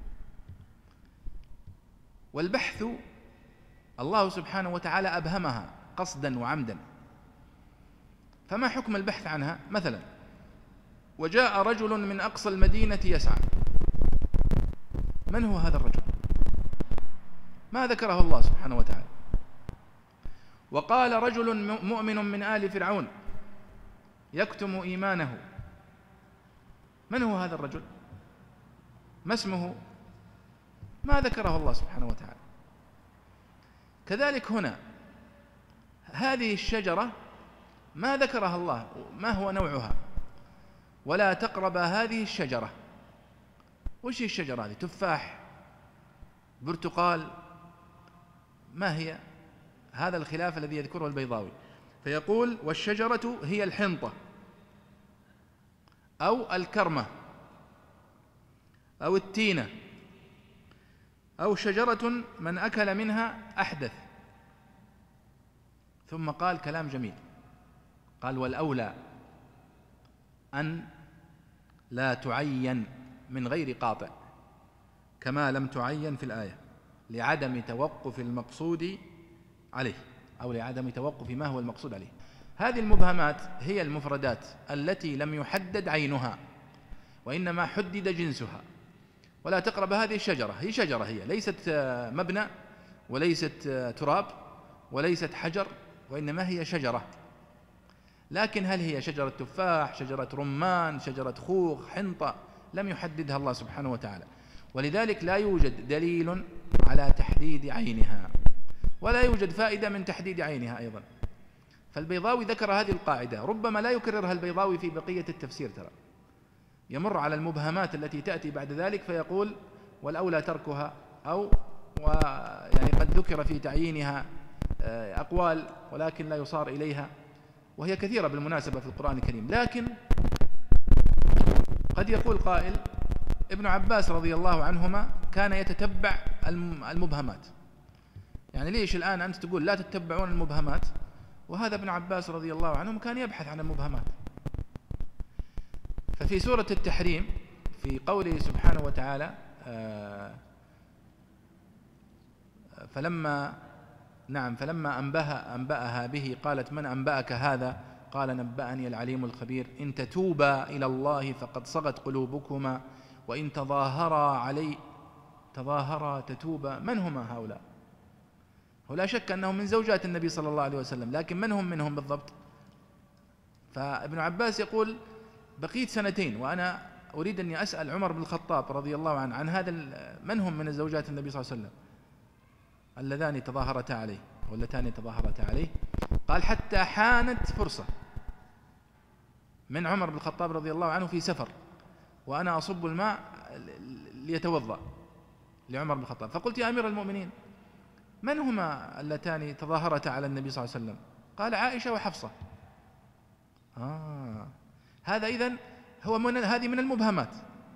Speaker 2: والبحث الله سبحانه وتعالى أبهمها قصدا وعمدا. فما حكم البحث عنها؟ مثلا وجاء رجل من أقصى المدينة يسعى، من هو هذا الرجل؟ ما ذكره الله سبحانه وتعالى. وقال رجل مؤمن من آل فرعون يكتم إيمانه، من هو هذا الرجل؟ ما اسمه؟ ما ذكره الله سبحانه وتعالى. كذلك هنا هذه الشجرة ما ذكرها الله، ما هو نوعها؟ ولا تقرب هذه الشجرة، وش هي الشجرة هذه؟ تفاح، برتقال، ما هي؟ هذا الخلاف الذي يذكره البيضاوي. فيقول والشجرة هي الحنطة أو الكرمة أو التينة أو شجرة من أكل منها أحدث. ثم قال كلام جميل، قال والأولى أن لا تعين من غير قاطع كما لم تعين في الآية لعدم توقف المقصود عليه، أو لعدم توقف ما هو المقصود عليه. هذه المبهمات هي المفردات التي لم يحدد عينها وإنما حدد جنسها. ولا تقرب هذه الشجرة، هي شجرة، هي ليست مبنى وليست تراب وليست حجر، وإنما هي شجرة. لكن هل هي شجرة تفاح، شجرة رمان، شجرة خوخ، حنطة؟ لم يحددها الله سبحانه وتعالى، ولذلك لا يوجد دليل على تحديد عينها، ولا يوجد فائدة من تحديد عينها أيضا. فالبيضاوي ذكر هذه القاعدة، ربما لا يكررها البيضاوي في بقية التفسير ترى، يمر على المبهمات التي تأتي بعد ذلك فيقول والأولى تركها، أو يعني قد ذكر في تعيينها أقوال ولكن لا يصار إليها، وهي كثيرة بالمناسبة في القرآن الكريم. لكن قد يقول قائل ابن عباس رضي الله عنهما كان يتتبع المبهمات، يعني ليش الآن أنت تقول لا تتبعون المبهمات، وهذا ابن عباس رضي الله عنه كان يبحث عن المبهمات. ففي سورة التحريم في قوله سبحانه وتعالى فلما أنبأها به قالت من أنبأك هذا، قال نبأني العليم الخبير إن تتوبا إلى الله فقد صغت قلوبكما وإن تظاهرا تتوبا. من هما هؤلاء؟ ولا شك أنهم من زوجات النبي صلى الله عليه وسلم، لكن من هم منهم بالضبط؟ فابن عباس يقول بقيت 2 وأنا أريد أن أسأل عمر بن الخطاب رضي الله عنه عن هذا من هم من زوجات النبي صلى الله عليه وسلم اللذان تظاهرتا عليه واللتان تظاهرتا عليه. قال حتى حانت فرصة من عمر بن الخطاب رضي الله عنه في سفر وأنا أصب الماء ليتوضأ لعمر بن الخطاب، فقلت يا أمير المؤمنين من هما اللتان تظاهرتا على النبي صلى الله عليه وسلم؟ قال عائشة وحفصة. هذا إذن هو هذه من المبهمات،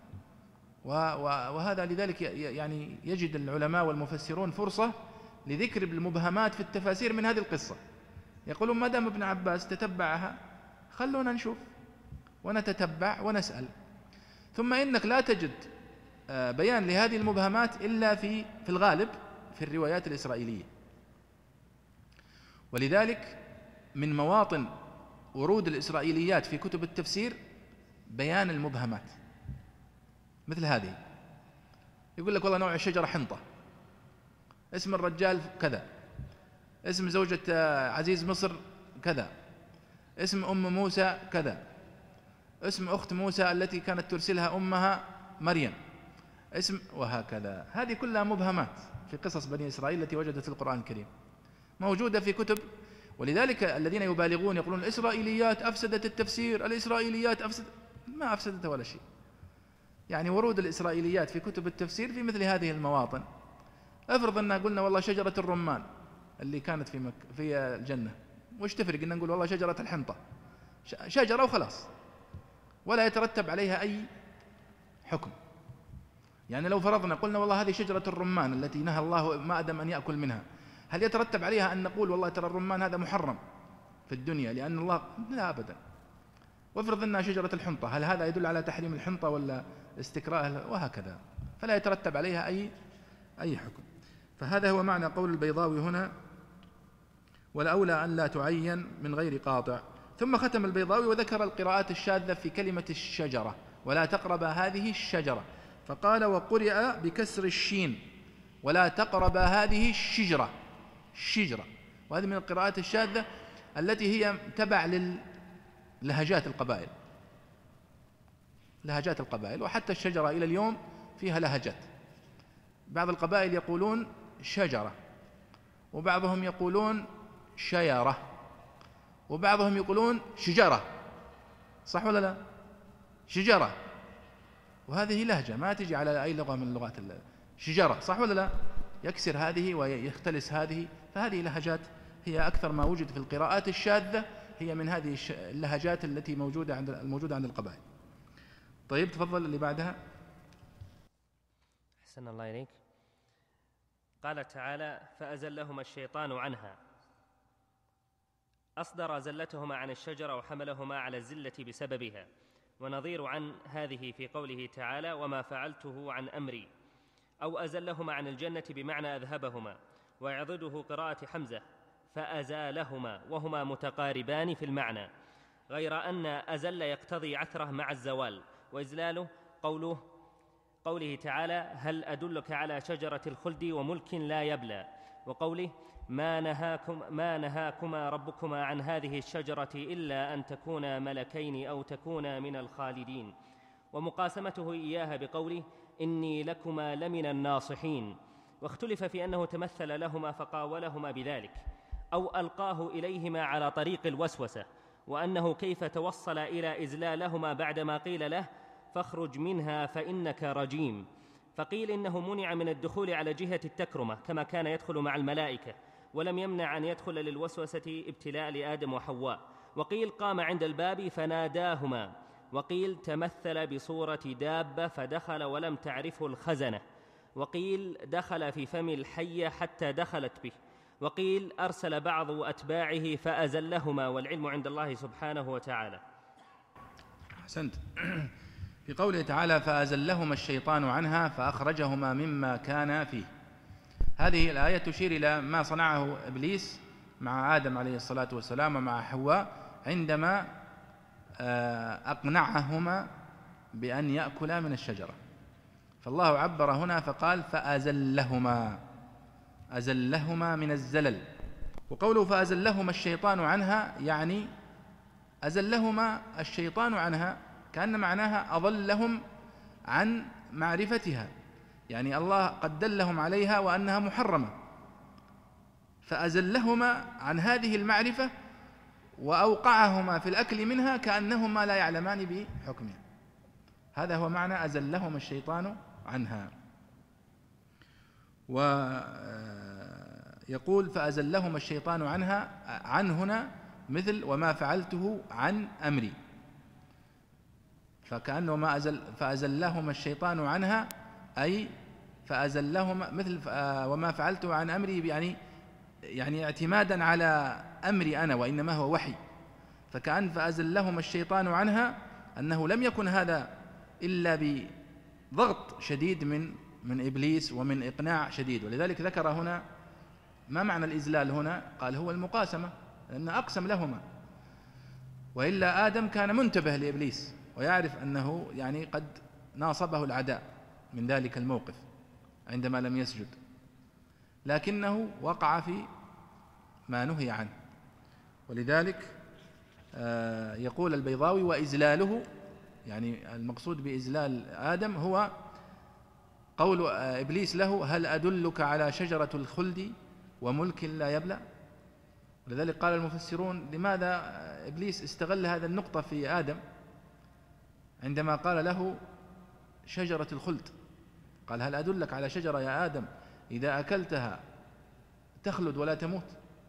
Speaker 2: وهذا لذلك يعني يجد العلماء والمفسرون فرصة لذكر المبهمات في التفاسير من هذه القصة. يقولون ما دام ابن عباس تتبعها خلونا نشوف ونتتبع ونسأل. ثم إنك لا تجد بيان لهذه المبهمات إلا في الغالب في الروايات الإسرائيلية، ولذلك من مواطن ورود الإسرائيليات في كتب التفسير بيان المبهمات مثل هذه. يقول لك والله نوع الشجرة حنطة، اسم الرجال كذا، اسم زوجة عزيز مصر كذا، اسم أم موسى كذا، اسم أخت موسى التي كانت ترسلها أمها مريم، اسم، وهكذا. هذه كلها مبهمات في قصص بني إسرائيل التي وجدت في القرآن الكريم موجودة في كتب. ولذلك الذين يبالغون يقولون الإسرائيليات أفسدت التفسير، الإسرائيليات ما أفسدت ولا شيء. يعني ورود الإسرائيليات في كتب التفسير في مثل هذه المواطن. افرض أننا قلنا والله شجرة الرمان اللي كانت في الجنة، وش تفرق أن نقول والله شجرة الحنطة؟ شجرة وخلاص، ولا يترتب عليها أي حكم. يعني لو فرضنا قلنا والله هذه شجرة الرمان التي نهى الله ما أدم أن يأكل منها، هل يترتب عليها أن نقول والله ترى الرمان هذا محرم في الدنيا لأن الله؟ لا أبدا. وافرض أنها شجرة الحنطة، هل هذا يدل على تحريم الحنطة ولا استكراء؟ وهكذا، فلا يترتب عليها أي حكم. فهذا هو معنى قول البيضاوي هنا والأولى أن لا تعين من غير قاطع. ثم ختم البيضاوي وذكر القراءات الشاذة في كلمة الشجرة، ولا تقرب هذه الشجرة، فقال وقرئ بكسر الشين ولا تقرب هذه الشجرة. وهذه من القراءات الشاذة التي هي تبع للهجات القبائل، لهجات القبائل. وحتى الشجرة إلى اليوم فيها لهجات، بعض القبائل يقولون شجرة، وبعضهم يقولون شيرة، وبعضهم يقولون شجرة، صح ولا لا؟ شجرة، وهذه لهجة ما تجي على أي لغة من اللغات. شجرة صح ولا لا؟ يكسر هذه ويختلس هذه، فهذه لهجات هي أكثر ما وجد في القراءات الشاذة، هي من هذه اللهجات التي الموجودة عند القبائل. طيب تفضل اللي بعدها.
Speaker 4: أحسن الله إليك. قال تعالى فأزلهما الشيطان عنها، أصدر زلتهما عن الشجرة وحملهما على الزلة بسببها. ونظير عن هذه في قوله تعالى وما فعلته عن أمري، أو أزلهما عن الجنة بمعنى أذهبهما. ويعضده قراءة حمزة فأزالهما، وهما متقاربان في المعنى، غير أن أزل يقتضي عثره مع الزوال، وإزلاله قوله تعالى هل أدلك على شجرة الخلد وملك لا يبلى، وقوله ما نهاكما ربكما عن هذه الشجرة إلا أن تكونا ملكين أو تكونا من الخالدين. ومقاسمته إياها بقوله إني لكما لمن الناصحين. واختلف في أنه تمثل لهما فقاولهما بذلك، أو ألقاه إليهما على طريق الوسوسة، وأنه كيف توصل إلى إزلالهما بعدما قيل له فاخرج منها فإنك رجيم. فقيل إنه منع من الدخول على جهة التكرمة كما كان يدخل مع الملائكة، ولم يمنع أن يدخل للوسوسة ابتلاء لآدم وحواء. وقيل قام عند الباب فناداهما، وقيل تمثل بصورة دابة فدخل ولم تعرفه الخزنة، وقيل دخل في فم الحية حتى دخلت به، وقيل أرسل بعض أتباعه فأزلهما، والعلم عند الله سبحانه وتعالى.
Speaker 2: أحسنت. في قوله تعالى فأزلهما الشيطان عنها فأخرجهما مما كان فيه، هذه الآية تشير إلى ما صنعه إبليس مع آدم عليه الصلاة والسلام ومع حواء عندما أقنعهما بأن يأكلا من الشجرة. فالله عبر هنا فقال فأزلهما، أزلهما من الزلل. وقوله فأزلهما الشيطان عنها يعني أزلهما الشيطان عنها كأن معناها أضلهم عن معرفتها، يعني الله قد دلهم عليها وأنها محرمة، فأزلهما عن هذه المعرفة وأوقعهما في الأكل منها كأنهما لا يعلمان بحكمها. هذا هو معنى أزلهما الشيطان عنها. ويقول فأزلهما الشيطان عنها، عن هنا مثل وما فعلته عن أمري، فكأنه ما فأزلهما الشيطان عنها أي فأزلهما مثل وما فعلته عن أمري، يعني اعتمادا على أمري أنا، وإنما هو وحي. فكأن فأزلهما الشيطان عنها أنه لم يكن هذا إلا بضغط شديد من إبليس ومن إقناع شديد. ولذلك ذكر هنا ما معنى الإزلال هنا، قال هو المقاسمة، لأن أقسم لهما، وإلا آدم كان منتبه لإبليس ويعرف أنه يعني قد ناصبه العداء من ذلك الموقف عندما لم يسجد، لكنه وقع في ما نهي عنه. ولذلك يقول البيضاوي وإزلاله، يعني المقصود بإزلال آدم هو قول إبليس له هل أدلك على شجرة الخلد وملك لا يبلى. ولذلك قال المفسرون لماذا إبليس استغل هذا النقطة في آدم عندما قال له شجرة الخلد، قال هل أدلك على شجرة يا آدم إذا أكلتها تخلد ولا تموت.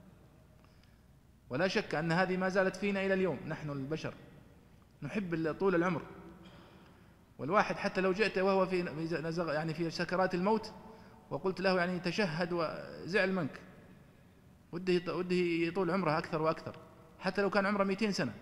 Speaker 2: ولا شك أن هذه ما زالت فينا إلى اليوم، نحن البشر نحب طول العمر، والواحد حتى لو جئت وهو في سكرات الموت وقلت له يعني تشهد وزعل منك، وده يطول عمره أكثر وأكثر حتى لو كان عمره 200 سنة.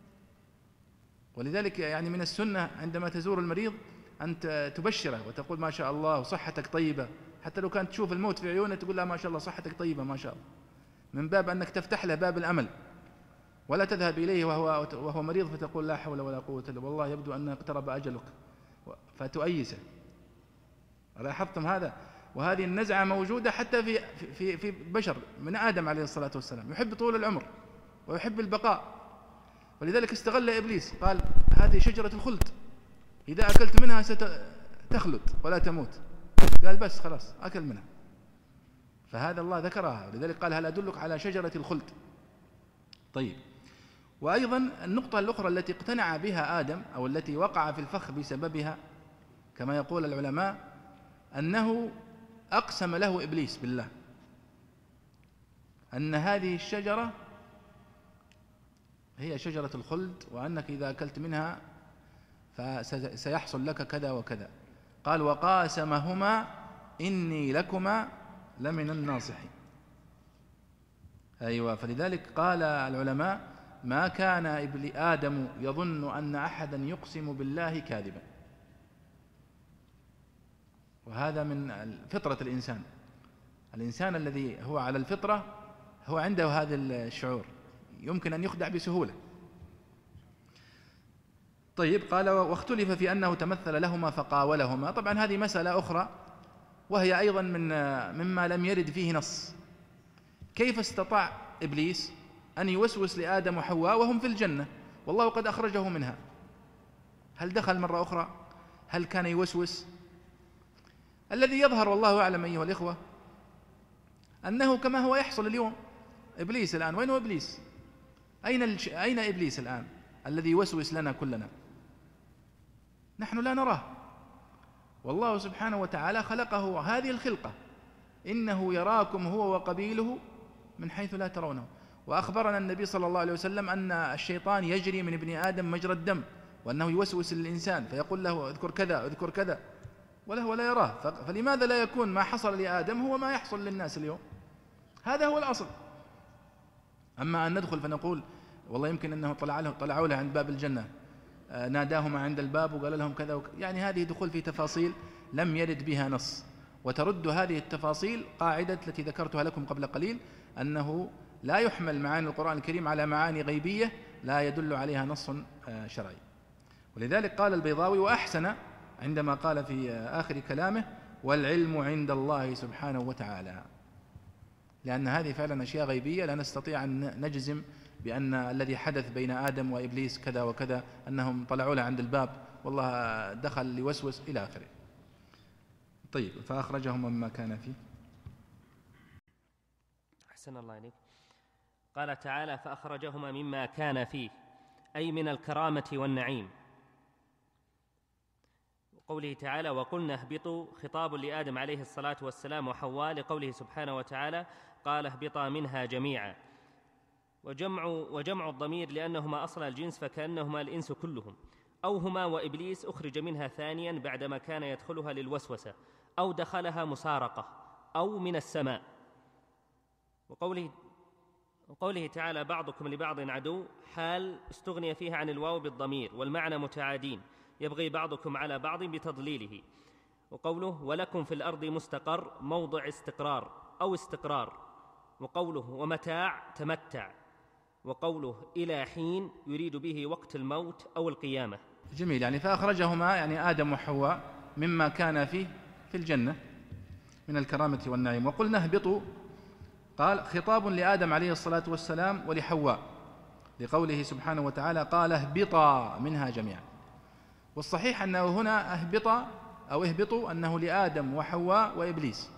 Speaker 2: ولذلك يعني من السنة عندما تزور المريض أن تبشره وتقول ما شاء الله وصحتك طيبة، حتى لو كانت تشوف الموت في عيونه تقول له ما شاء الله صحتك طيبة ما شاء الله، من باب أنك تفتح له باب الأمل، ولا تذهب إليه وهو مريض فتقول لا حول ولا قوة إلا والله يبدو أن اقترب أجلك فتؤيسه. لاحظتم هذا؟ وهذه النزعة موجودة حتى في بشر من آدم عليه الصلاة والسلام، يحب طول العمر ويحب البقاء. ولذلك استغل إبليس قال هذه شجرة الخلد إذا أكلت منها ستخلد ولا تموت، قال بس خلاص أكل منها. فهذا الله ذكرها، ولذلك قال هل أدلك على شجرة الخلد. طيب، وأيضا النقطة الأخرى التي اقتنع بها آدم أو التي وقع في الفخ بسببها كما يقول العلماء أنه أقسم له إبليس بالله أن هذه الشجرة هي شجرة الخلد، وأنك إذا أكلت منها فسيحصل لك كذا وكذا. قال وقاسمهما إني لكما لمن الناصحين. أيوة، فلذلك قال العلماء ما كان آدم يظن أن أحدا يقسم بالله كاذبا، وهذا من فطرة الإنسان الذي هو على الفطرة هو عنده هذا الشعور، يمكن أن يخدع بسهولة. طيب، قال واختلف في أنه تمثل لهما فقاولهما. طبعا هذه مسألة أخرى وهي أيضا مما لم يرد فيه نص. كيف استطاع إبليس أن يوسوس لآدم وحواء وهم في الجنة والله قد أخرجه منها؟ هل دخل مرة أخرى؟ هل كان يوسوس؟ الذي يظهر والله أعلم أيها الإخوة أنه كما هو يحصل اليوم. إبليس الآن وين هو إبليس؟ أين إبليس الآن الذي يوسوس لنا كلنا؟ نحن لا نراه، والله سبحانه وتعالى خلقه هذه الخلقة، إنه يراكم هو وقبيله من حيث لا ترونه. وأخبرنا النبي صلى الله عليه وسلم أن الشيطان يجري من ابن آدم مجرى الدم، وأنه يوسوس للإنسان فيقول له اذكر كذا اذكر كذا، وله ولا يراه. فلماذا لا يكون ما حصل لآدم هو ما يحصل للناس اليوم؟ هذا هو الأصل. أما أن ندخل فنقول والله يمكن أنه طلعوا له عند باب الجنة، ناداهما عند الباب وقال لهم كذا يعني هذه دخول في تفاصيل لم يرد بها نص. وترد هذه التفاصيل قاعدة التي ذكرتها لكم قبل قليل، أنه لا يحمل معاني القرآن الكريم على معاني غيبية لا يدل عليها نص شرعي. ولذلك قال البيضاوي وأحسن عندما قال في آخر كلامه: والعلم عند الله سبحانه وتعالى، لأن هذه فعلا أشياء غيبية لا نستطيع أن نجزم بأن الذي حدث بين آدم وإبليس كذا وكذا، أنهم طلعوا له عند الباب والله دخل ليوسوس إلى آخره. طيب، فأخرجهم مما كان فيه.
Speaker 4: أحسن الله عليك. قال تعالى: فأخرجهما مما كان فيه، أي من الكرامة والنعيم. وقوله تعالى: وقلنا اهبطوا، خطاب لآدم عليه الصلاة والسلام وحواء، لقوله سبحانه وتعالى: قال اهبطا منها جميعا. وجمع الضمير لأنهما أصل الجنس فكأنهما الإنس كلهم، أو هما وإبليس أخرج منها ثانيا بعدما كان يدخلها للوسوسة، أو دخلها مسارقة، أو من السماء. وقوله تعالى: بعضكم لبعض عدو، حال استغني فيها عن الواو بالضمير، والمعنى متعادين، يبغي بعضكم على بعض بتضليله. وقوله: ولكم في الأرض مستقر، موضع استقرار أو استقرار. وقوله: ومتاع، تمتع. وقوله: إلى حين، يريد به وقت الموت أو القيامة.
Speaker 2: جميل. يعني فأخرجهما يعني آدم وحواء مما كان فيه في الجنة من الكرامة والنعيم. وقلنا اهبطوا، قال خطاب لآدم عليه الصلاة والسلام ولحواء، لقوله سبحانه وتعالى: قال اهبطا منها جميعا. والصحيح أنه هنا اهبطا أو اهبطوا أنه لآدم وحواء وإبليس.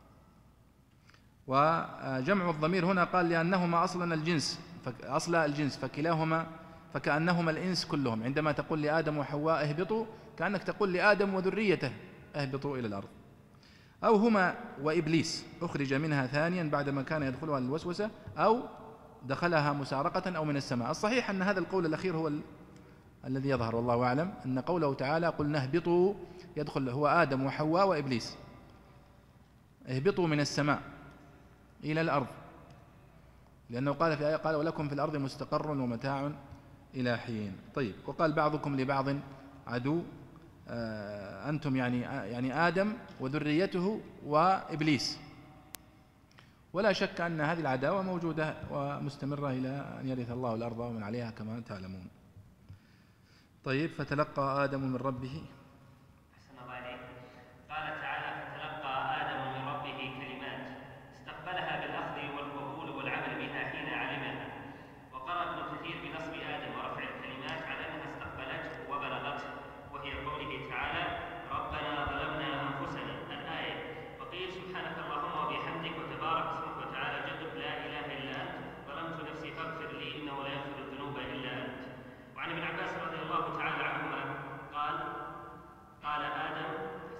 Speaker 2: وجمع الضمير هنا قال لأنهما أصل الجنس فكلاهما فكأنهما الإنس كلهم. عندما تقول لآدم وحواء اهبطوا كأنك تقول لآدم وذريته اهبطوا إلى الأرض. أو هما وإبليس أخرج منها ثانيا بعدما كان يدخلها الوسوسة، أو دخلها مسارقة، أو من السماء. الصحيح أن هذا القول الأخير هو الذي يظهر، والله أعلم، أن قوله تعالى قلنا اهبطوا يدخل هو آدم وحواء وإبليس، اهبطوا من السماء إلى الأرض، لأنه قال في آية: قال ولكم في الأرض مستقر ومتاع إلى حين. طيب، وقال بعضكم لبعض عدو، أنتم يعني آدم وذريته وإبليس. ولا شك أن هذه العداوة موجودة ومستمرة إلى أن يرث الله الأرض ومن عليها كما تعلمون. طيب، فتلقى آدم من ربه.
Speaker 3: أحسن الله عليك. قال تعالى: فتلقى آدم من ربه كلمات، استقبلها بالأخذ والقبول والعمل بها حين علمها. وقرأ ابن كثير بنصب آدم ورفع الكلمات على أنها استقبلته وبلغته، وهي قوله تعالى: ربنا ظلمنا أنفسنا، الآية. وقيل: سبحانك اللهم وبحمدك وتبارك اسمك وتعالى جدك، لا إله إلا أنت، ظلمت نفسي فاغفر لي إنه لا يغفر الذنوب إلا أنت. وعن ابن عباس رضي الله تعالى عنهما قال آدم: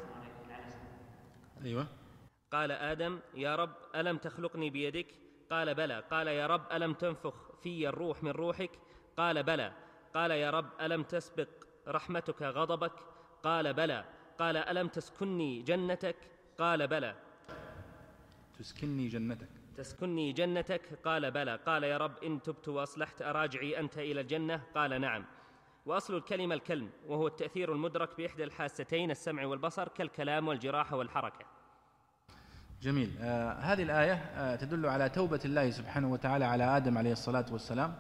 Speaker 2: أيوة،
Speaker 4: قال آدم: يا رب ألم تخلقني بيدك؟ قال بلى. قال: يا رب ألم تنفخ في الروح من روحك؟ قال بلى. قال: يا رب ألم تسبق رحمتك غضبك؟ قال بلى. قال: ألم تسكني جنتك؟ قال بلى. تسكني جنتك؟ قال بلى. قال: يا رب إن تبت وأصلحت أراجعي أنت إلى الجنة؟ قال نعم. وأصل الكلمة الكلم، وهو التأثير المدرك بإحدى الحاستين السمع والبصر، كالكلام والجراحة والحركة.
Speaker 2: جميل. هذه الآية تدل على توبة الله سبحانه وتعالى على آدم عليه الصلاة والسلام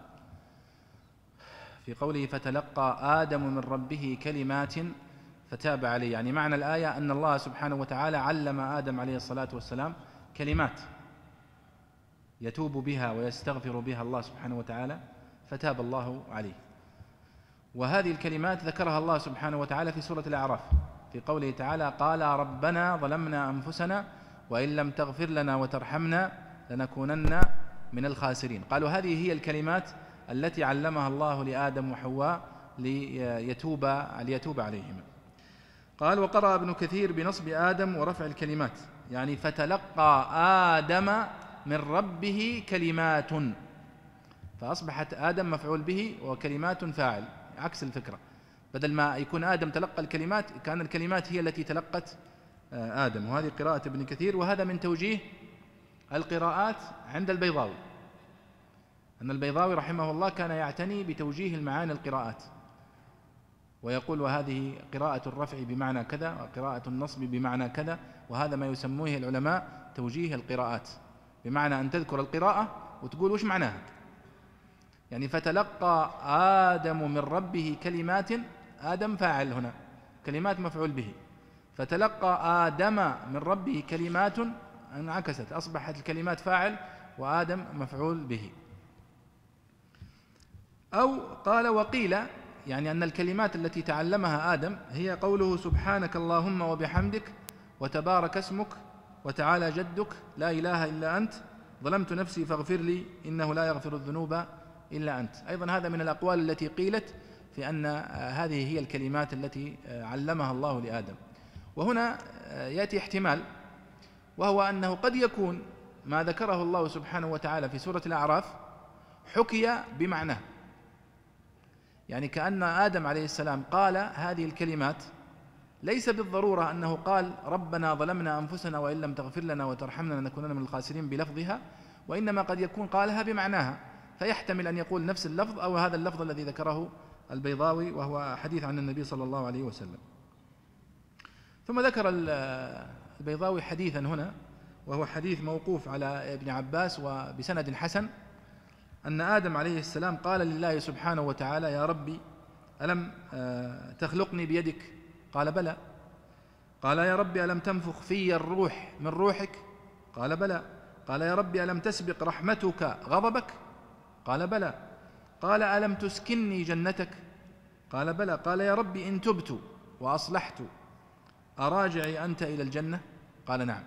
Speaker 2: في قوله: فتلقى آدم من ربه كلمات فتاب عليه. يعني معنى الآية أن الله سبحانه وتعالى علم آدم عليه الصلاة والسلام كلمات يتوب بها ويستغفر بها الله سبحانه وتعالى، فتاب الله عليه. وهذه الكلمات ذكرها الله سبحانه وتعالى في سورة الأعراف في قوله تعالى: قال ربنا ظلمنا أنفسنا وإن لم تغفر لنا وترحمنا لنكونن من الخاسرين. قالوا هذه هي الكلمات التي علمها الله لآدم وحواء ليتوب عليهم. قال: وقرأ ابن كثير بنصب آدم ورفع الكلمات، يعني فتلقى آدم من ربه كلمات، فأصبحت آدم مفعول به وكلمات فاعل، عكس الفكرة. بدل ما يكون آدم تلقى الكلمات، كان الكلمات هي التي تلقت آدم. وهذه قراءة ابن كثير، وهذا من توجيه القراءات عند البيضاوي، أن البيضاوي رحمه الله كان يعتني بتوجيه المعاني القراءات، ويقول: وهذه قراءة الرفع بمعنى كذا، وقراءة النصب بمعنى كذا. وهذا ما يسموه العلماء توجيه القراءات، بمعنى أن تذكر القراءة وتقول وش معناها. يعني فتلقى آدم من ربه كلمات، آدم فاعل هنا، كلمات مفعول به، فتلقى آدم من ربه كلمات انعكست، أصبحت الكلمات فاعل وآدم مفعول به. أو قال: وقيل يعني أن الكلمات التي تعلمها آدم هي قوله: سبحانك اللهم وبحمدك وتبارك اسمك وتعالى جدك لا إله إلا أنت ظلمت نفسي فاغفر لي إنه لا يغفر الذنوب إلا أنت. أيضا هذا من الأقوال التي قيلت في أن هذه هي الكلمات التي علمها الله لآدم. وهنا يأتي احتمال، وهو أنه قد يكون ما ذكره الله سبحانه وتعالى في سورة الأعراف حكي بمعناه، يعني كأن آدم عليه السلام قال هذه الكلمات، ليس بالضرورة أنه قال ربنا ظلمنا أنفسنا وإن لم تغفر لنا وترحمنا لنكونن من الخاسرين بلفظها، وإنما قد يكون قالها بمعناها، فيحتمل أن يقول نفس اللفظ أو هذا اللفظ الذي ذكره البيضاوي، وهو حديث عن النبي صلى الله عليه وسلم. ثم ذكر البيضاوي حديثا هنا، وهو حديث موقوف على ابن عباس وبسند حسن، أن آدم عليه السلام قال لله سبحانه وتعالى: يا ربي ألم تخلقني بيدك؟ قال: بلى. قال: يا ربي ألم تنفخ في الروح من روحك؟ قال: بلى. قال: يا ربي ألم تسبق رحمتك غضبك؟ قال: بلى. قال: ألم تسكنني جنتك؟ قال: بلى. قال: يا ربي إن تبت وأصلحت أراجعي أنت إلى الجنة؟ قال: نعم.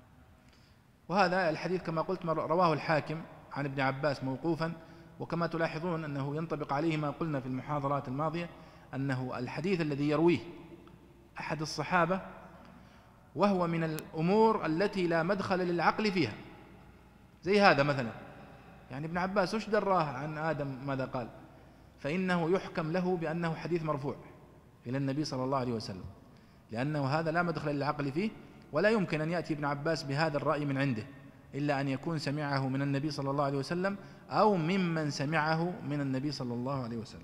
Speaker 2: وهذا الحديث كما قلت رواه الحاكم عن ابن عباس موقوفا، وكما تلاحظون أنه ينطبق عليه ما قلنا في المحاضرات الماضية، أنه الحديث الذي يرويه أحد الصحابة وهو من الأمور التي لا مدخل للعقل فيها، زي هذا مثلا، يعني ابن عباس وش دراه عن آدم ماذا قال؟ فإنه يحكم له بأنه حديث مرفوع إلى النبي صلى الله عليه وسلم، لأنه هذا لا مدخل للعقل فيه، ولا يمكن أن يأتي ابن عباس بهذا الرأي من عنده إلا أن يكون سمعه من النبي صلى الله عليه وسلم أو ممن سمعه من النبي صلى الله عليه وسلم.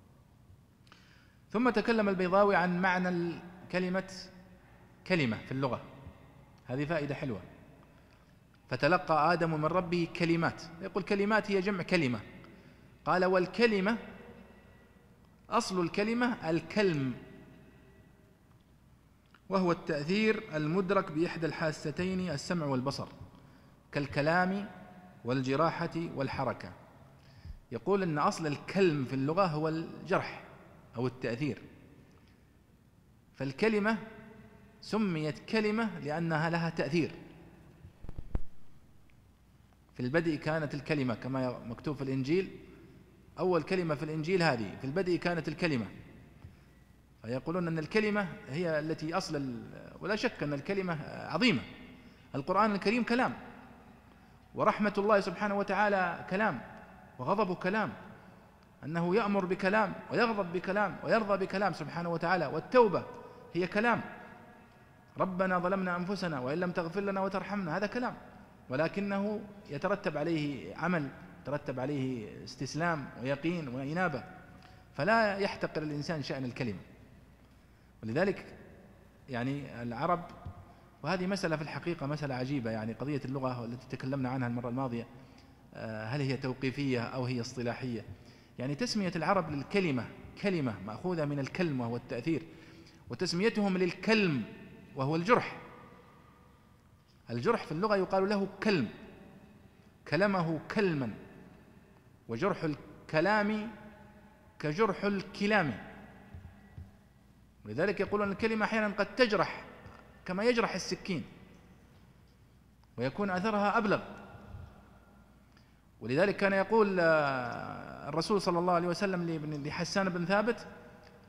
Speaker 2: ثم تكلم البيضاوي عن معنى الكلمة كلمة في اللغة، هذه فائدة حلوة. فتلقى آدم من ربه كلمات، يقول كلمات هي جمع كلمة. قال: والكلمة أصل الكلمة الكلم، وهو التأثير المدرك بإحدى الحاستين السمع والبصر، كالكلام والجراحة والحركة. يقول أن أصل الكلم في اللغة هو الجرح أو التأثير، فالكلمة سميت كلمة لأنها لها تأثير. في البدء كانت الكلمة، كما مكتوب في الإنجيل، أول كلمة في الإنجيل هذه، في البدء كانت الكلمة. فيقولون أن الكلمة هي التي أصل ولا شك أن الكلمة عظيمة. القرآن الكريم كلام، ورحمة الله سبحانه وتعالى كلام، وغضبه كلام، أنه يأمر بكلام ويغضب بكلام ويرضى بكلام سبحانه وتعالى، والتوبة هي كلام، ربنا ظلمنا أنفسنا وإن لم تغفر لنا وترحمنا، هذا كلام، ولكنه يترتب عليه عمل، يترتب عليه استسلام ويقين وإنابة، فلا يحتقر الإنسان شأن الكلمة. ولذلك يعني العرب، وهذه مسألة في الحقيقة مسألة عجيبة، يعني قضية اللغة التي تكلمنا عنها المرة الماضية، هل هي توقيفية أو هي اصطلاحية؟ يعني تسمية العرب للكلمة كلمة مأخوذة من الكلم وهو التأثير، وتسميتهم للكلم وهو الجرح. الجرح في اللغة يقال له كلم، كلمه كلما، وجرح الكلام كجرح الكلام. ولذلك يقولون الكلمة أحيانا قد تجرح كما يجرح السكين، ويكون أثرها أبلغ. ولذلك كان يقول الرسول صلى الله عليه وسلم لحسان بن ثابت: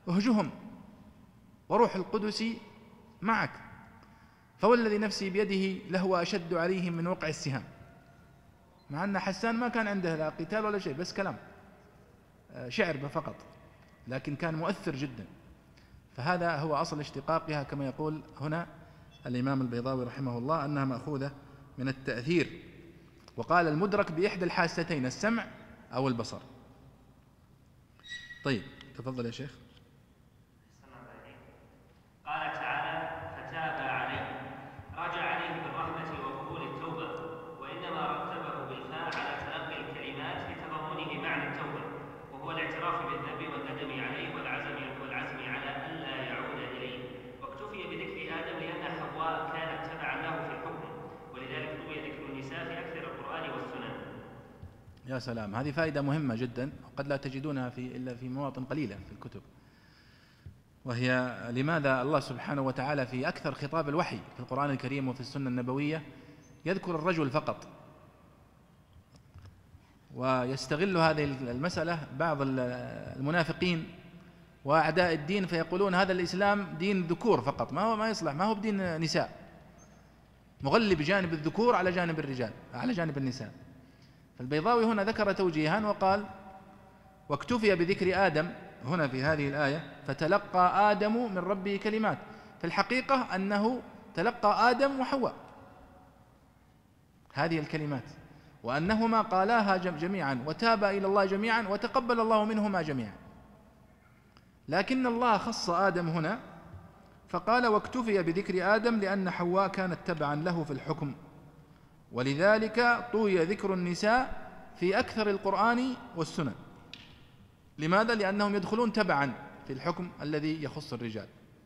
Speaker 2: اهجهم وروح القدس معك، فوالذي نفسي بيده لهو أشد عليهم من وقع السهام. مع أن حسان ما كان عنده لا قتال ولا شيء، بس كلام شعر فقط، لكن كان مؤثر جدا. فهذا هو أصل اشتقاقها كما يقول هنا الإمام البيضاوي رحمه الله، أنها مأخوذة من التأثير. وقال المدرك بإحدى الحاستين، السمع أو البصر. طيب تفضل يا شيخ.
Speaker 3: قال تعالى: فتاب عليه، رجع عليه بالرحمة وقبول التوبة، وإنما رتبه بالفاء على تلقي الكلمات لتضمنه معنى التوبة، وهو الاعتراف بالذنب والندم عليه والعزم على ألا يعود إليه. واكتفي بذكر آدم لأن حواء كانت تبعا له في الحكم، ولذلك روي ذكر النساء في أكثر القرآن والسنن.
Speaker 2: يا سلام، هذه فائدة مهمة جدا، وقد لا تجدونها إلا في مواطن قليلة في الكتب، وهي لماذا الله سبحانه وتعالى في أكثر خطاب الوحي في القرآن الكريم وفي السنة النبوية يذكر الرجل فقط، ويستغل هذه المسألة بعض المنافقين وأعداء الدين، فيقولون هذا الإسلام دين ذكور فقط، ما يصلح، ما هو بدين نساء، مغلب جانب الذكور على جانب الرجال، على جانب النساء. فالبيضاوي هنا ذكر توجيها وقال: واكتفي بذكر آدم هنا في هذه الآية، فتلقى آدم من ربه كلمات. في الحقيقة أنه تلقى آدم وحواء هذه الكلمات، وأنهما قالاها جميعا وتابا إلى الله جميعا وتقبل الله منهما جميعا. لكن الله خص آدم هنا فقال: واكتفي بذكر آدم لأن حواء كانت تبعا له في الحكم، ولذلك طوي ذكر النساء في أكثر القرآن والسنن. لماذا؟ لأنهم يدخلون تبعا في الحكم الذي يخص الرجال.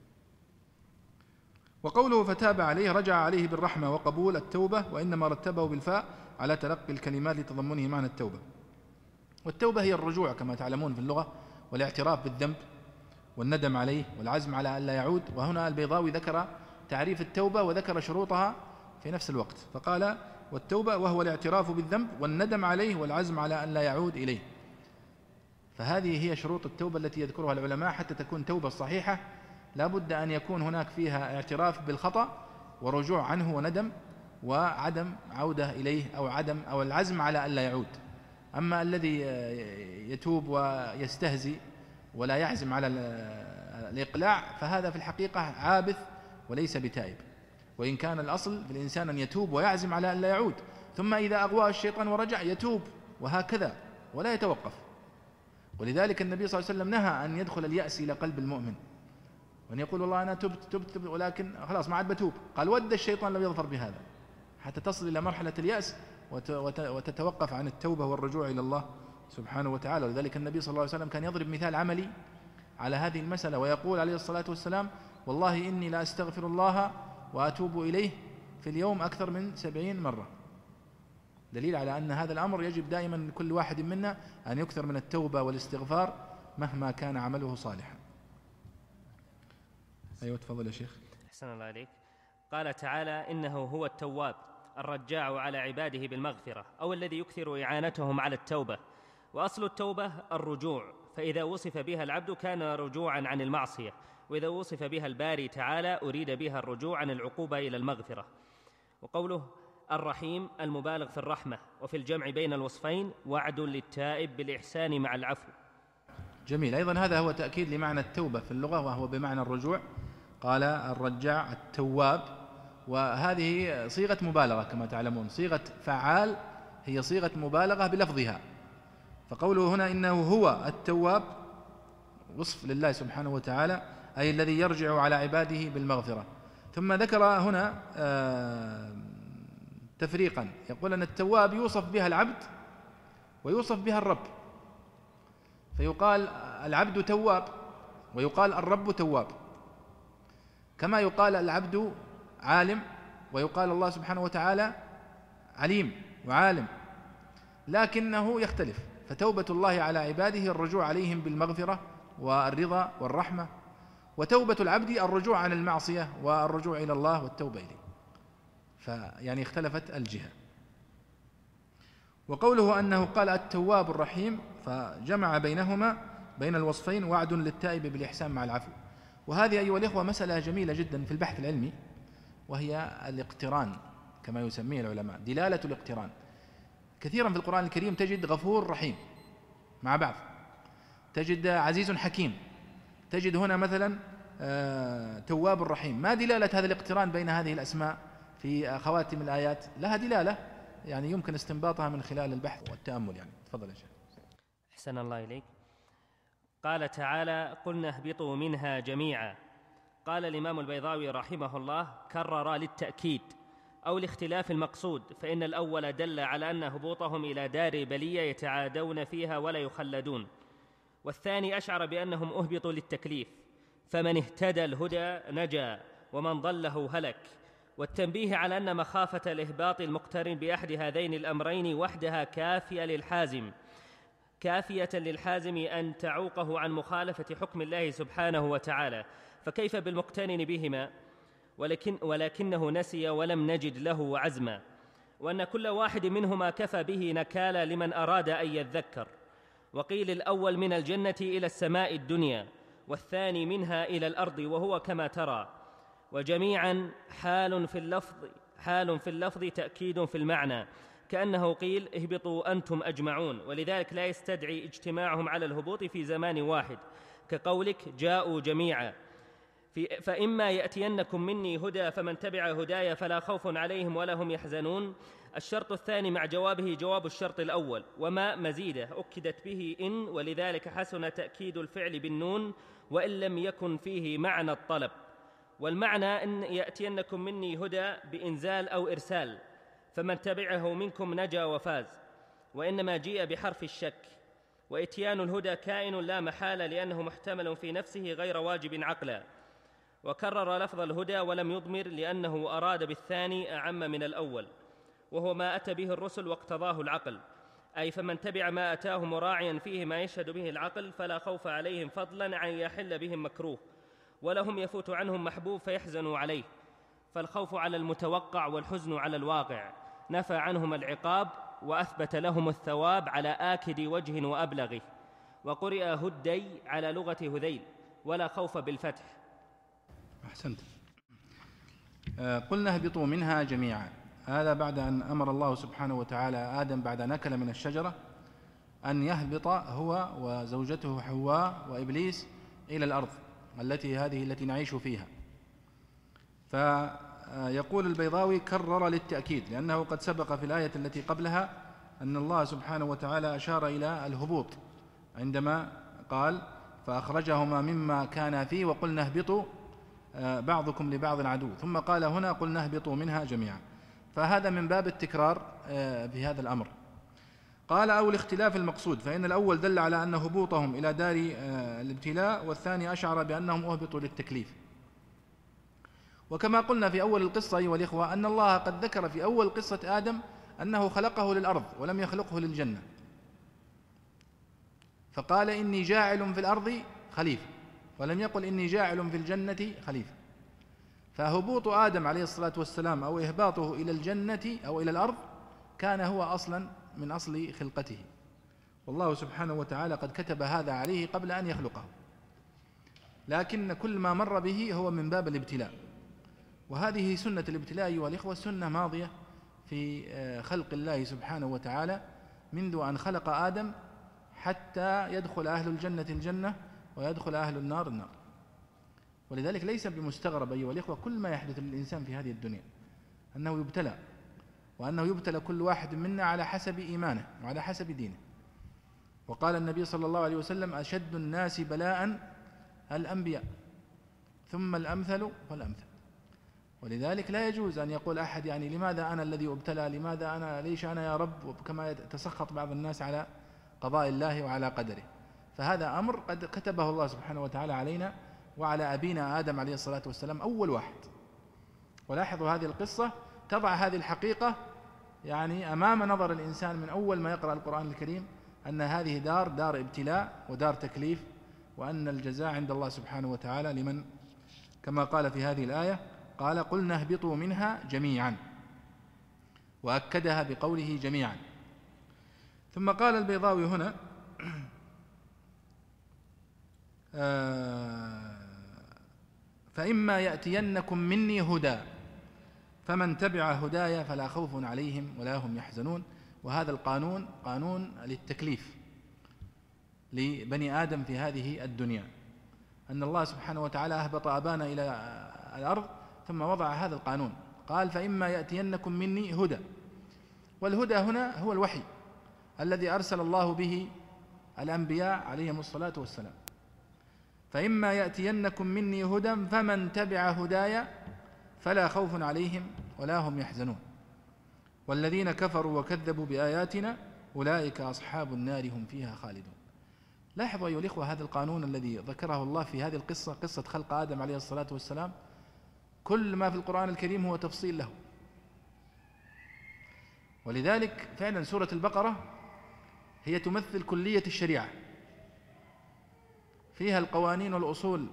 Speaker 2: وقوله فتاب عليه، رجع عليه بالرحمة وقبول التوبة، وإنما رتبه بالفاء على تلقي الكلمات لتضمنه معنى التوبة. والتوبة هي الرجوع كما تعلمون في اللغة، والاعتراف بالذنب والندم عليه والعزم على ألا يعود. وهنا البيضاوي ذكر تعريف التوبة وذكر شروطها في نفس الوقت، فقال: والتوبة وهو الاعتراف بالذنب والندم عليه والعزم على ألا يعود إليه. فهذه هي شروط التوبة التي يذكرها العلماء. حتى تكون توبة صحيحة لا بد أن يكون هناك فيها اعتراف بالخطأ ورجوع عنه وندم وعدم عودة إليه أو العزم على ألا يعود. أما الذي يتوب ويستهزئ ولا يعزم على الإقلاع فهذا في الحقيقة عابث وليس بتائب، وإن كان الأصل في الإنسان أن يتوب ويعزم على ألا يعود، ثم إذا أغواه الشيطان ورجع يتوب، وهكذا ولا يتوقف. ولذلك النبي صلى الله عليه وسلم نهى أن يدخل اليأس إلى قلب المؤمن، وأن يقول والله أنا تبت ولكن خلاص ما عاد بتوب. قال: ود الشيطان لو يظفر بهذا، حتى تصل إلى مرحلة اليأس وتتوقف عن التوبة والرجوع إلى الله سبحانه وتعالى. ولذلك النبي صلى الله عليه وسلم كان يضرب مثال عملي على هذه المسألة، ويقول عليه الصلاة والسلام: والله إني لا أستغفر الله وأتوب إليه في اليوم أكثر من 70 مرة. دليل على أن هذا الأمر يجب دائما لكل واحد منا أن يكثر من التوبة والاستغفار مهما كان عمله صالحا. أيوة تفضل يا شيخ.
Speaker 4: أحسن الله عليك. قال تعالى: إنه هو التواب الرجاع على عباده بالمغفرة، أو الذي يكثر إعانتهم على التوبة. وأصل التوبة الرجوع، فإذا وصف بها العبد كان رجوعا عن المعصية، وإذا وصف بها الباري تعالى أريد بها الرجوع عن العقوبة إلى المغفرة. وقوله الرحيم المبالغ في الرحمة، وفي الجمع بين الوصفين وعد للتائب بالإحسان مع العفو.
Speaker 2: جميل. أيضا هذا هو تأكيد لمعنى التوبة في اللغة، وهو بمعنى الرجوع. قال الرجاع التواب، وهذه صيغة مبالغة كما تعلمون، صيغة فعال هي صيغة مبالغة بلفظها. فقوله هنا إنه هو التواب وصف لله سبحانه وتعالى، أي الذي يرجع على عباده بالمغفرة. ثم ذكر هنا تفريقا، يقول أن التواب يوصف بها العبد ويوصف بها الرب، فيقال العبد تواب ويقال الرب تواب، كما يقال العبد عالم ويقال الله سبحانه وتعالى عليم وعالم، لكنه يختلف. فتوبة الله على عباده الرجوع عليهم بالمغفرة والرضا والرحمة، وتوبة العبد الرجوع عن المعصية والرجوع إلى الله والتوبة إليه، فيعني اختلفت الجهة. وقوله أنه قال التواب الرحيم فجمع بينهما، بين الوصفين وعد للتائب بالإحسان مع العفو. وهذه أيها الإخوة مسألة جميلة جدا في البحث العلمي، وهي الاقتران كما يسميه العلماء، دلالة الاقتران. كثيرا في القرآن الكريم تجد غفور رحيم مع بعض، تجد عزيز حكيم، تجد هنا مثلا تواب رحيم. ما دلالة هذا الاقتران بين هذه الأسماء في خواتم الآيات؟ لها دلالة يعني يمكن استنباطها من خلال البحث والتأمل. يعني تفضل يا شيخ.
Speaker 4: أحسن الله إليك. قال تعالى: قلنا اهبطوا منها جميعا. قال الإمام البيضاوي رحمه الله: كرر للتأكيد أو لاختلاف المقصود، فإن الأول دل على أن هبوطهم إلى دار بلية يتعادون فيها ولا يخلدون، والثاني أشعر بأنهم أهبطوا للتكليف، فمن اهتدى الهدى نجا ومن ضله هلك. والتنبيه على أن مخافة الإهباط المقترن بأحد هذين الأمرين وحدها كافية للحازم أن تعوقه عن مخالفة حكم الله سبحانه وتعالى، فكيف بالمقترن بهما؟ ولكنه نسي ولم نجد له عزما، وأن كل واحد منهما كفى به نكالا لمن أراد أن يذكر. وقيل الأول من الجنة إلى السماء الدنيا، والثاني منها إلى الأرض، وهو كما ترى. وجميعا حال في اللفظ تأكيد في المعنى، كأنه قيل اهبطوا أنتم أجمعون، ولذلك لا يستدعي اجتماعهم على الهبوط في زمان واحد، كقولك جاءوا جميعا. فإما يأتينكم مني هدى فمن تبع هداي فلا خوف عليهم ولا هم يحزنون. الشرط الثاني مع جوابه جواب الشرط الأول، وما مزيدة أكدت به إن، ولذلك حسن تأكيد الفعل بالنون وإن لم يكن فيه معنى الطلب. والمعنى أن يأتينكم مني هدى بإنزال أو إرسال، فمن تبعه منكم نجا وفاز، وإنما جيء بحرف الشك. وإتيان الهدى كائن لا محالة، لأنه محتمل في نفسه غير واجب عقلا. وكرر لفظ الهدى ولم يضمر، لأنه أراد بالثاني أعم من الأول، وهو ما أتى به الرسل واقتضاه العقل، أي فمن تبع ما أتاه مراعيا فيه ما يشهد به العقل فلا خوف عليهم، فضلا عن يحل بهم مكروه، ولهم يفوت عنهم محبوب فيحزنوا عليه. فالخوف على المتوقع والحزن على الواقع. نفى عنهم العقاب وأثبت لهم الثواب على آكد وجه وأبلغه. وقرئ هدي على لغة هذيل، ولا خوف بالفتح.
Speaker 2: أحسنت. قلنا اهبطوا منها جميعا، هذا بعد أن أمر الله سبحانه وتعالى آدم بعد أن أكل من الشجرة أن يهبط هو وزوجته حواء وإبليس إلى الأرض التي نعيش فيها. فيقول البيضاوي كرر للتأكيد، لأنه قد سبق في الآية التي قبلها أن الله سبحانه وتعالى أشار إلى الهبوط عندما قال فأخرجهما مما كان فيه وقلنا اهبطوا بعضكم لبعض عدو، ثم قال هنا قلنا اهبطوا منها جميعا، فهذا من باب التكرار في هذا الأمر. قال أو لاختلاف المقصود، فإن الأول دل على أن هبوطهم إلى دار الابتلاء، والثاني أشعر بأنهم أهبطوا للتكليف. وكما قلنا في أول القصة أيها الإخوة أن الله قد ذكر في أول قصة آدم أنه خلقه للأرض ولم يخلقه للجنة، فقال إني جاعل في الأرض خليفة، ولم يقل إني جاعل في الجنة خليفة. فهبوط آدم عليه الصلاة والسلام أو إهباطه إلى الجنة أو إلى الأرض كان هو أصلا من أصل خلقته، والله سبحانه وتعالى قد كتب هذا عليه قبل أن يخلقه، لكن كل ما مر به هو من باب الابتلاء. وهذه سنة الابتلاء أيها الإخوة، سنة ماضية في خلق الله سبحانه وتعالى منذ أن خلق آدم حتى يدخل أهل الجنة الجنة ويدخل أهل النار النار. ولذلك ليس بمستغرب أيها الإخوة كل ما يحدث للإنسان في هذه الدنيا، أنه يبتلى، وأنه يبتلى كل واحد منا على حسب إيمانه وعلى حسب دينه. وقال النبي صلى الله عليه وسلم أشد الناس بلاء الأنبياء ثم الأمثل فالأمثل. ولذلك لا يجوز أن يقول أحد يعني لماذا أنا الذي أبتلى، لماذا أنا، ليش أنا يا رب، كما يتسخط بعض الناس على قضاء الله وعلى قدره. فهذا أمر قد كتبه الله سبحانه وتعالى علينا وعلى أبينا آدم عليه الصلاة والسلام أول واحد. ولاحظوا هذه القصة تضع هذه الحقيقة يعني أمام نظر الإنسان من أول ما يقرأ القرآن الكريم، أن هذه دار ابتلاء ودار تكليف، وأن الجزاء عند الله سبحانه وتعالى لمن، كما قال في هذه الآية قال قلنا اهبطوا منها جميعا، وأكدها بقوله جميعا. ثم قال البيضاوي هنا فإما يأتينكم مني هدى فمن تبع هدايا فلا خوف عليهم ولا هم يحزنون. وهذا القانون قانون للتكليف لبني آدم في هذه الدنيا، أن الله سبحانه وتعالى أهبط أبانا إلى الأرض ثم وضع هذا القانون، قال فإما يأتينكم مني هدى. والهدى هنا هو الوحي الذي أرسل الله به الأنبياء عليهم الصلاة والسلام. فإما يأتينكم مني هدى فمن تبع هدايا فلا خوف عليهم ولا هم يحزنون والذين كفروا وكذبوا بآياتنا أولئك أصحاب النار هم فيها خالدون. لاحظوا أيها الإخوة هذا القانون الذي ذكره الله في هذه القصة، قصة خلق آدم عليه الصلاة والسلام، كل ما في القرآن الكريم هو تفصيل له. ولذلك فعلا سورة البقرة هي تمثل كلية الشريعة، فيها القوانين والأصول.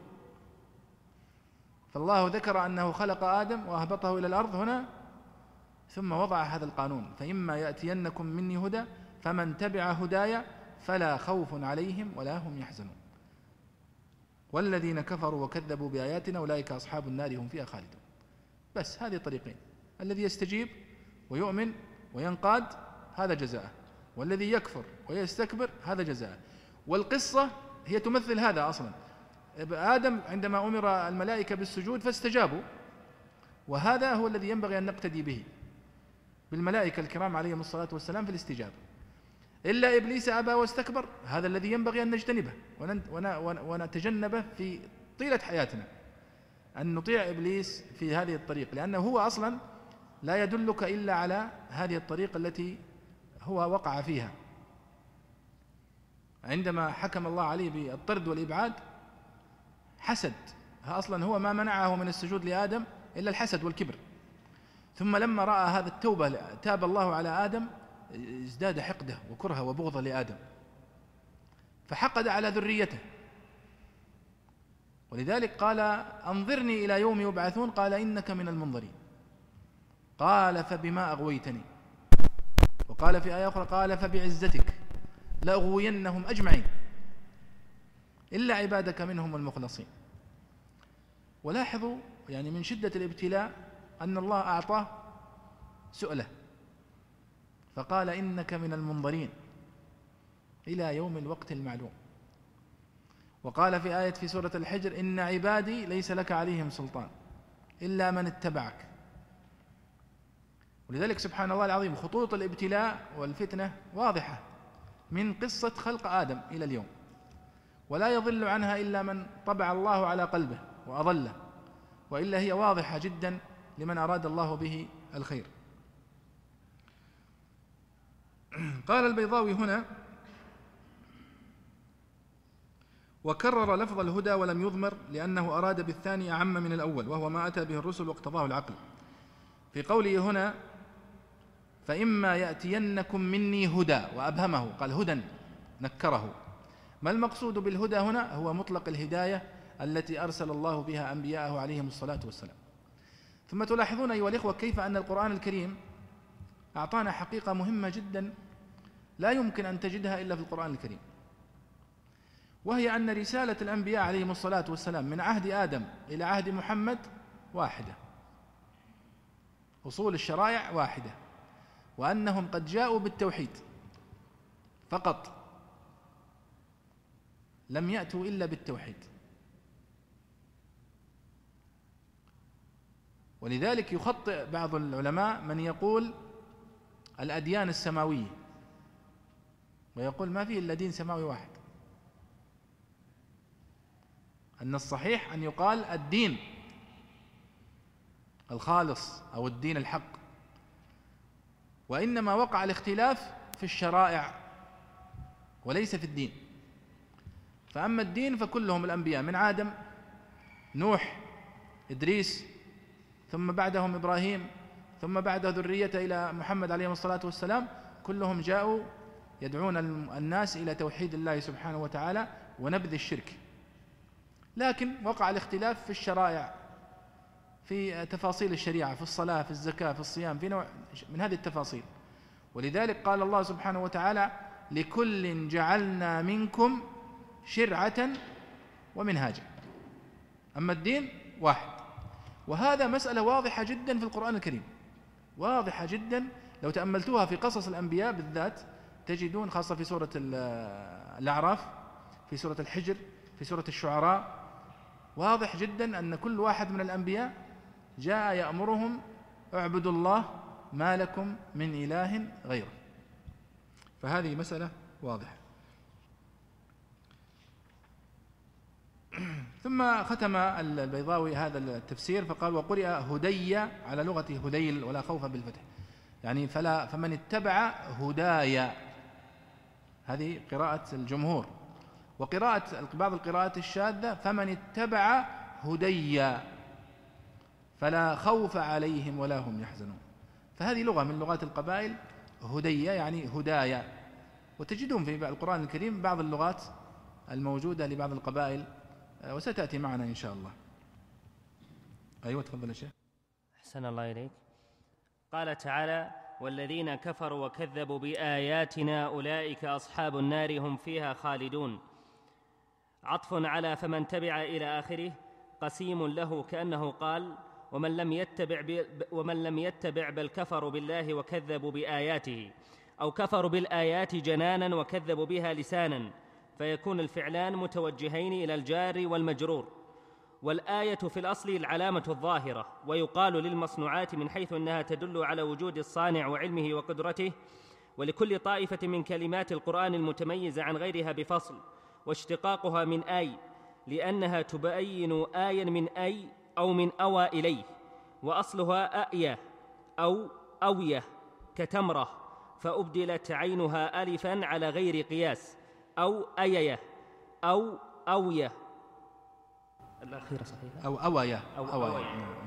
Speaker 2: فالله ذكر أنه خلق آدم وأهبطه إلى الأرض هنا، ثم وضع هذا القانون فإما يأتينكم مني هدى فمن تبع هدايا فلا خوف عليهم ولا هم يحزنون والذين كفروا وكذبوا بآياتنا أولئك أصحاب النار هم فيها خالدون. بس هذه طريقين، الذي يستجيب ويؤمن وينقاد هذا جزاءه، والذي يكفر ويستكبر هذا جزاءه. والقصة هي تمثل هذا أصلا. آدم عندما أمر الملائكة بالسجود فاستجابوا، وهذا هو الذي ينبغي أن نقتدي به بالملائكة الكرام عليهم الصلاة والسلام في الاستجابة. إلا إبليس أبى واستكبر، هذا الذي ينبغي أن نجتنبه ونتجنبه في طيلة حياتنا، أن نطيع إبليس في هذه الطريق، لأنه هو أصلا لا يدلك إلا على هذه الطريق التي هو وقع فيها. عندما حكم الله عليه بالطرد والإبعاد حسد، أصلا هو ما منعه من السجود لآدم إلا الحسد والكبر. ثم لما رأى هذا التوبة تاب الله على آدم ازداد حقده وكرهه وبغضه لآدم، فحقد على ذريته. ولذلك قال أنظرني إلى يوم يبعثون قال إنك من المنظرين. قال فبما أغويتني، وقال في آية أخرى قال فبعزتك لأغوينهم أجمعين إلا عبادك منهم المخلصين. ولاحظوا يعني من شدة الابتلاء أن الله أعطاه سؤله فقال إنك من المنظرين إلى يوم الوقت المعلوم. وقال في آية في سورة الحجر إن عبادي ليس لك عليهم سلطان إلا من اتبعك. ولذلك سبحان الله العظيم خطوط الابتلاء والفتنة واضحة من قصة خلق آدم إلى اليوم، ولا يضل عنها إلا من طبع الله على قلبه وأضله، وإلا هي واضحة جدا لمن أراد الله به الخير. قال البيضاوي هنا وكرر لفظ الهدى ولم يضمر لأنه أراد بالثاني أعم من الأول، وهو ما أتى به الرسل واقتضاه العقل. في قوله هنا فإما يأتينكم مني هدى، وأبهمه قال هدى نكره. ما المقصود بالهدى هنا؟ هو مطلق الهداية التي أرسل الله بها أنبياءه عليهم الصلاة والسلام. ثم تلاحظون أيها الإخوة كيف أن القرآن الكريم أعطانا حقيقة مهمة جدا لا يمكن أن تجدها إلا في القرآن الكريم، وهي أن رسالة الأنبياء عليهم الصلاة والسلام من عهد آدم إلى عهد محمد واحدة، أصول الشرائع واحدة، وأنهم قد جاءوا بالتوحيد فقط، لم يأتوا إلا بالتوحيد. ولذلك يخطئ بعض العلماء من يقول الأديان السماوية، ويقول ما فيه إلا دين سماوي واحد. أن الصحيح أن يقال الدين الخالص أو الدين الحق، وإنما وقع الاختلاف في الشرائع وليس في الدين. فأما الدين فكلهم الأنبياء من آدم نوح إدريس ثم بعدهم إبراهيم ثم بعد ذرية إلى محمد عليه الصلاة والسلام، كلهم جاءوا يدعون الناس إلى توحيد الله سبحانه وتعالى ونبذ الشرك. لكن وقع الاختلاف في الشرائع، في تفاصيل الشريعة، في الصلاة، في الزكاة، في الصيام، في نوع من هذه التفاصيل. ولذلك قال الله سبحانه وتعالى لكل جعلنا منكم شرعة ومنهاجه، أما الدين واحد. وهذا مسألة واضحة جدا في القرآن الكريم، واضحة جدا لو تأملتوها في قصص الأنبياء بالذات تجدون، خاصة في سورة الأعراف، في سورة الحجر، في سورة الشعراء، واضح جدا أن كل واحد من الأنبياء جاء يأمرهم اعبدوا الله ما لكم من إله غيره. فهذه مسألة واضحة. ثم ختم البيضاوي هذا التفسير فقال: وقرئ هدي على لغة هذيل ولا خوف بالفتح، يعني فمن اتبع هدايا، هذه قراءة الجمهور. وقراءة بعض القراءات الشاذة: فمن اتبع هديا فلا خوف عليهم ولا هم يحزنون. فهذه لغة من لغات القبائل، هدية يعني هدايا. وتجدون في القرآن الكريم بعض اللغات الموجودة لبعض القبائل، وستأتي معنا إن شاء الله. أيوة تفضل يا شيخ.
Speaker 4: أحسن الله إليك. قال تعالى: والذين كفروا وكذبوا بآياتنا أولئك أصحاب النار هم فيها خالدون. عطف على فمن تبع إلى آخره، قسيم له، كأنه قال: ومن لم يتبع بل كفروا بالله وكذبوا بآياته، أو كفروا بالآيات جنانا وكذبوا بها لسانا، فيكون الفعلان متوجهين إلى الجار والمجرور. والآية في الأصل العلامة الظاهرة، ويقال للمصنوعات من حيث أنها تدل على وجود الصانع وعلمه وقدرته. ولكل طائفة من كلمات القرآن المتميزة عن غيرها بفصل، واشتقاقها من آي، لأنها تبين آيا من أي أو من أوى إليه، وأصلها أأية أو أوية كتمرة، فأبدلت عينها ألفا على غير قياس، أو أيية أو أوية. الأخيرة صحيحة،
Speaker 2: أو أوية
Speaker 4: أو أوية.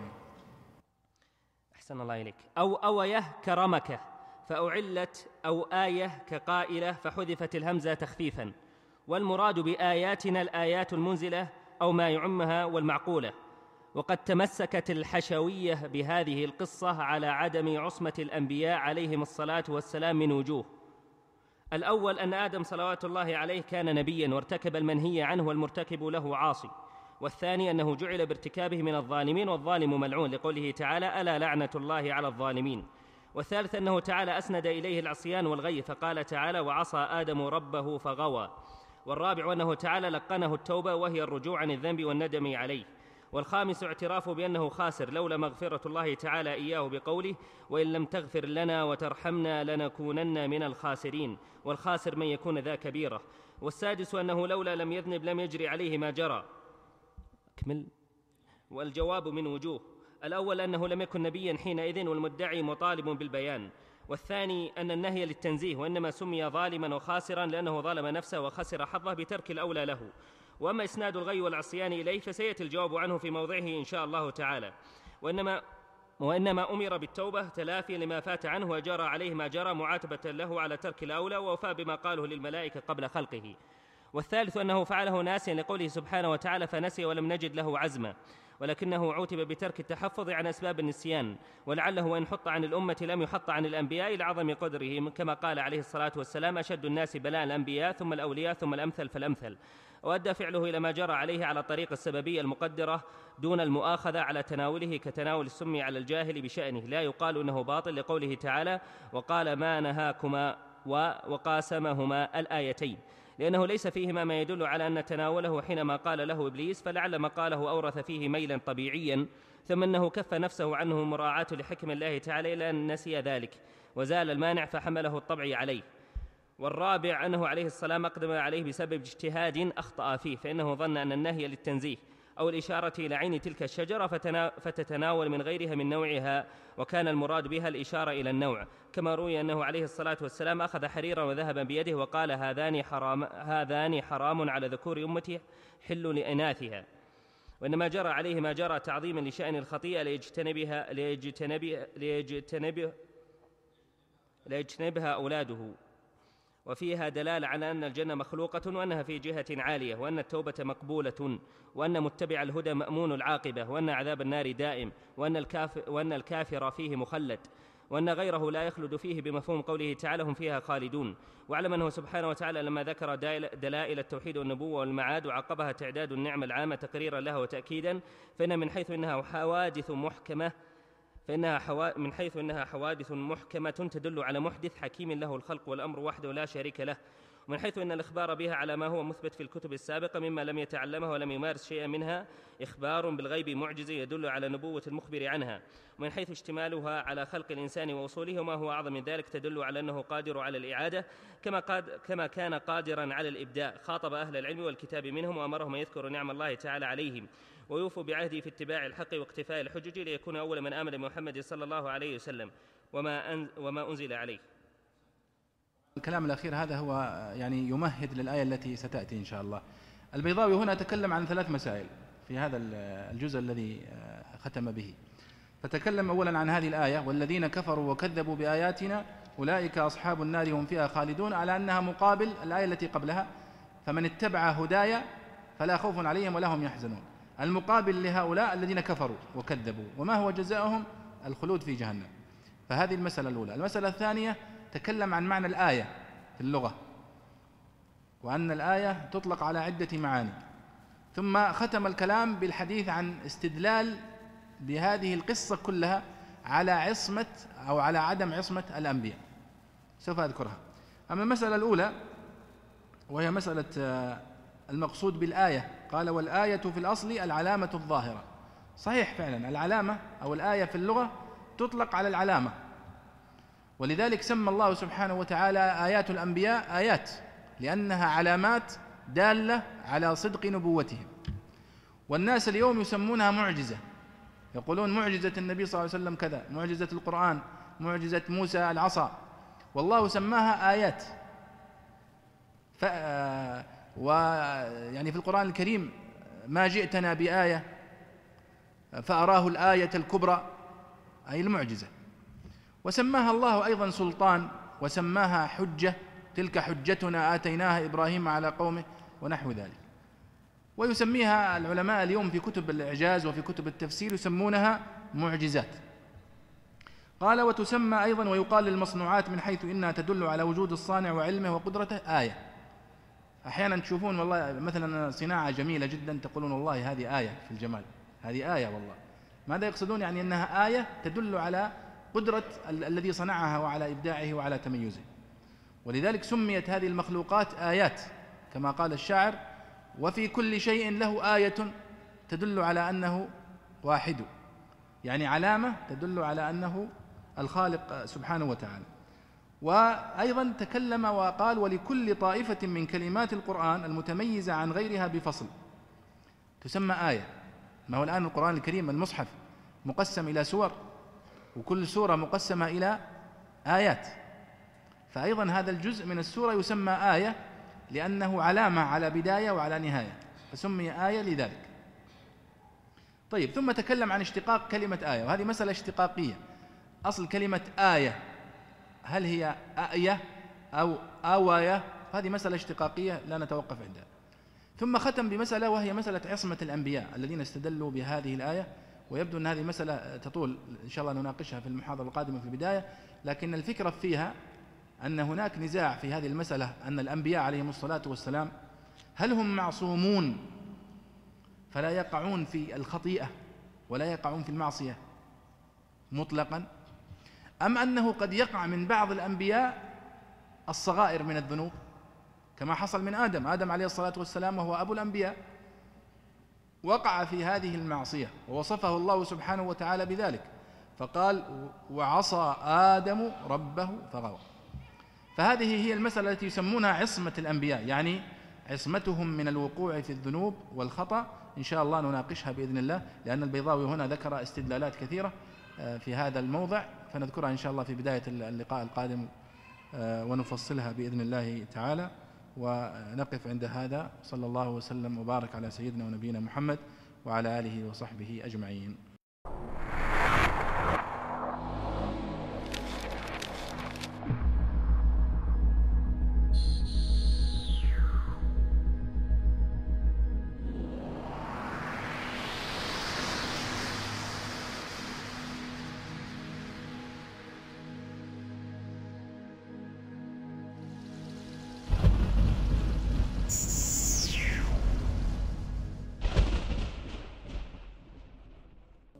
Speaker 4: أحسن الله إليك. أو أوية كرمكة، فأعلت أو آية كقائلة، فحذفت الهمزة تخفيفا. والمراد بآياتنا الآيات المنزلة أو ما يعمها والمعقولة. وقد تمسكت الحشوية بهذه القصة على عدم عصمة الأنبياء عليهم الصلاة والسلام من وجوه. الأول أن آدم صلوات الله عليه كان نبيا وارتكب المنهي عنه، والمرتكب له عاصي. والثاني أنه جعل بارتكابه من الظالمين، والظالم ملعون، لقوله تعالى: ألا لعنة الله على الظالمين. والثالث أنه تعالى أسند إليه العصيان والغي، فقال تعالى: وعصى آدم ربه فغوى. والرابع أنه تعالى لقنه التوبة، وهي الرجوع عن الذنب والندم عليه. والخامس اعترافه بأنه خاسر لولا مغفرة الله تعالى إياه بقوله: وإن لم تغفر لنا وترحمنا لنكونن من الخاسرين. والخاسر من يكون ذا كبيرة. والسادس أنه لولا لم يذنب لم يجري عليه ما جرى. أكمل. والجواب من وجوه: الأول أنه لم يكن نبيا حينئذ، والمدعي مطالب بالبيان. والثاني أن النهي للتنزيه، وإنما سمي ظالما وخاسرا لأنه ظلم نفسه وخسر حظه بترك الأولى له. وأما إسناد الغي والعصيان إليه فسيأتي الجواب عنه في موضعه إن شاء الله تعالى. وإنما أمر بالتوبة تلافي لما فات عنه، وجرى عليه ما جرى معاتبة له على ترك الأولى، ووفى بما قاله للملائكة قبل خلقه. والثالث أنه فعله ناسيا لقوله سبحانه وتعالى: فنسي ولم نجد له عزما، ولكنه عوتب بترك التحفظ عن أسباب النسيان، ولعله وإن حط عن الأمة لم يحط عن الأنبياء لعظم قدره، كما قال عليه الصلاة والسلام: أشد الناس بلاء الأنبياء ثم الأولياء ثم الأمثل فالأمثل. وأدى فعله إلى ما جرى عليه على طريق السببية المقدرة دون المؤاخذة على تناوله، كتناول السم على الجاهل بشأنه، لا يقال إنه باطل، لقوله تعالى: وقال ما نهاكما وقاسمهما الآيتين، لأنه ليس فيهما ما يدل على أن تناوله حينما قال له إبليس، فلعل ما قاله أورث فيه ميلا طبيعيا، ثم أنه كف نفسه عنه مراعاة لحكم الله تعالى إلى أن نسي ذلك، وزال المانع فحمله الطبع عليه. والرابع أنه عليه السلام أقدم عليه بسبب اجتهاد أخطأ فيه، فإنه ظن أن النهي للتنزيه أو الإشارة إلى عين تلك الشجرة فتتناول من غيرها من نوعها، وكان المراد بها الإشارة إلى النوع، كما روي أنه عليه الصلاة والسلام أخذ حريرا وذهبا بيده وقال: هذان حرام على ذكور أمتي حل لإناثها. وإنما جرى عليه ما جرى تعظيما لشأن الخطيئة ليجتنبها أولاده. وفيها دلالة على أن الجنة مخلوقة وأنها في جهة عالية، وأن التوبة مقبولة، وأن متبع الهدى مأمون العاقبة، وأن عذاب النار دائم، وأن الكافر فيه مخلد، وأن غيره لا يخلد فيه بمفهوم قوله تعالى هم فيها خالدون. واعلم أنه سبحانه وتعالى لما ذكر دلائل التوحيد والنبوة والمعاد وعقبها تعداد النعمة العامة تقريرا لها وتأكيدا، فإن من حيث إنها حوادث محكمة تدل على محدث حكيم له الخلق والأمر وحده لا شريك له، ومن حيث أن الإخبار بها على ما هو مثبت في الكتب السابقة مما لم يتعلمه ولم يمارس شيئا منها إخبار بالغيب معجز يدل على نبوة المخبر عنها، ومن حيث اشتمالها على خلق الإنسان ووصوله وما هو أعظم من ذلك تدل على أنه قادر على الإعادة كما كان قادرا على الإبداء. خاطب أهل العلم والكتاب منهم وأمرهم أن يذكروا نعم الله تعالى عليهم ويوفوا بعهده في اتباع الحق واقتفاء الحجج ليكون أول من آمن بمحمد صلى الله عليه وسلم وما أنزل عليه.
Speaker 2: الكلام الأخير هذا هو يعني يمهد للآية التي ستأتي إن شاء الله. البيضاوي هنا تكلم عن 3 مسائل في هذا الجزء الذي ختم به. فتكلم أولا عن هذه الآية والذين كفروا وكذبوا بآياتنا أولئك أصحاب النار هم فيها خالدون، على أنها مقابل الآية التي قبلها فمن اتبع هدايا فلا خوف عليهم ولا هم يحزنون. المقابل لهؤلاء الذين كفروا وكذبوا وما هو جزاؤهم؟ الخلود في جهنم. فهذه المسألة الأولى. المسألة الثانية تكلم عن معنى الآية في اللغة وأن الآية تطلق على عدة معاني، ثم ختم الكلام بالحديث عن استدلال بهذه القصة كلها على عصمة أو على عدم عصمة الأنبياء، سوف أذكرها. أما المسألة الأولى وهي مسألة المقصود بالآية، قال والآية في الأصل العلامة الظاهرة. صحيح فعلا العلامة أو الآية في اللغة تطلق على العلامة، ولذلك سمى الله سبحانه وتعالى آيات الأنبياء آيات لأنها علامات دالة على صدق نبوتهم. والناس اليوم يسمونها معجزة، يقولون معجزة النبي صلى الله عليه وسلم كذا، معجزة القرآن، معجزة موسى العصا، والله سماها آيات. ويعني في القرآن الكريم ما جئتنا بآية فأراه الآية الكبرى أي المعجزة، وسماها الله أيضا سلطان وسماها حجة، تلك حجتنا آتيناها إبراهيم على قومه ونحو ذلك. ويسميها العلماء اليوم في كتب الإعجاز وفي كتب التفسير يسمونها معجزات. قال وتسمى أيضا ويقال للمصنوعات من حيث إنها تدل على وجود الصانع وعلمه وقدرته آية. أحيانا تشوفون والله مثلا صناعة جميلة جدا تقولون والله هذه آية في الجمال، هذه آية والله. ماذا يقصدون؟ يعني أنها آية تدل على قدرة الذي صنعها وعلى إبداعه وعلى تميزه. ولذلك سميت هذه المخلوقات آيات كما قال الشاعر وفي كل شيء له آية تدل على أنه واحد، يعني علامة تدل على أنه الخالق سبحانه وتعالى. وأيضا تكلم وقال ولكل طائفة من كلمات القرآن المتميزة عن غيرها بفصل تسمى آية. ما هو الآن القرآن الكريم المصحف مقسم إلى سور، وكل سورة مقسمة إلى آيات، فأيضا هذا الجزء من السورة يسمى آية لأنه علامة على بداية وعلى نهاية، فسمي آية لذلك. طيب، ثم تكلم عن اشتقاق كلمة آية، وهذه مسألة اشتقاقية. أصل كلمة آية هل هي آية أو آواية؟ هذه مسألة اشتقاقية لا نتوقف عندها. ثم ختم بمسألة وهي مسألة عصمة الأنبياء الذين استدلوا بهذه الآية، ويبدو أن هذه مسألة تطول إن شاء الله نناقشها في المحاضرة القادمة في البداية، لكن الفكرة فيها أن هناك نزاع في هذه المسألة، أن الأنبياء عليهم الصلاة والسلام هل هم معصومون فلا يقعون في الخطيئة ولا يقعون في المعصية مطلقا، أم أنه قد يقع من بعض الأنبياء الصغائر من الذنوب كما حصل من آدم عليه الصلاة والسلام وهو أبو الأنبياء وقع في هذه المعصية ووصفه الله سبحانه وتعالى بذلك، فقال وعصى آدم ربه فغوى. فهذه هي المسألة التي يسمونها عصمة الأنبياء، يعني عصمتهم من الوقوع في الذنوب والخطأ. إن شاء الله نناقشها بإذن الله، لأن البيضاوي هنا ذكر استدلالات كثيرة في هذا الموضع، فنذكرها إن شاء الله في بداية اللقاء القادم ونفصلها بإذن الله تعالى. ونقف عند هذا. صلى الله وسلم وبارك على سيدنا ونبينا محمد وعلى آله وصحبه أجمعين.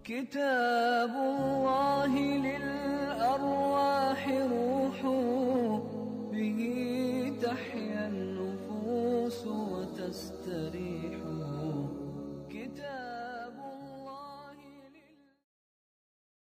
Speaker 1: كتاب الله للأرواح روح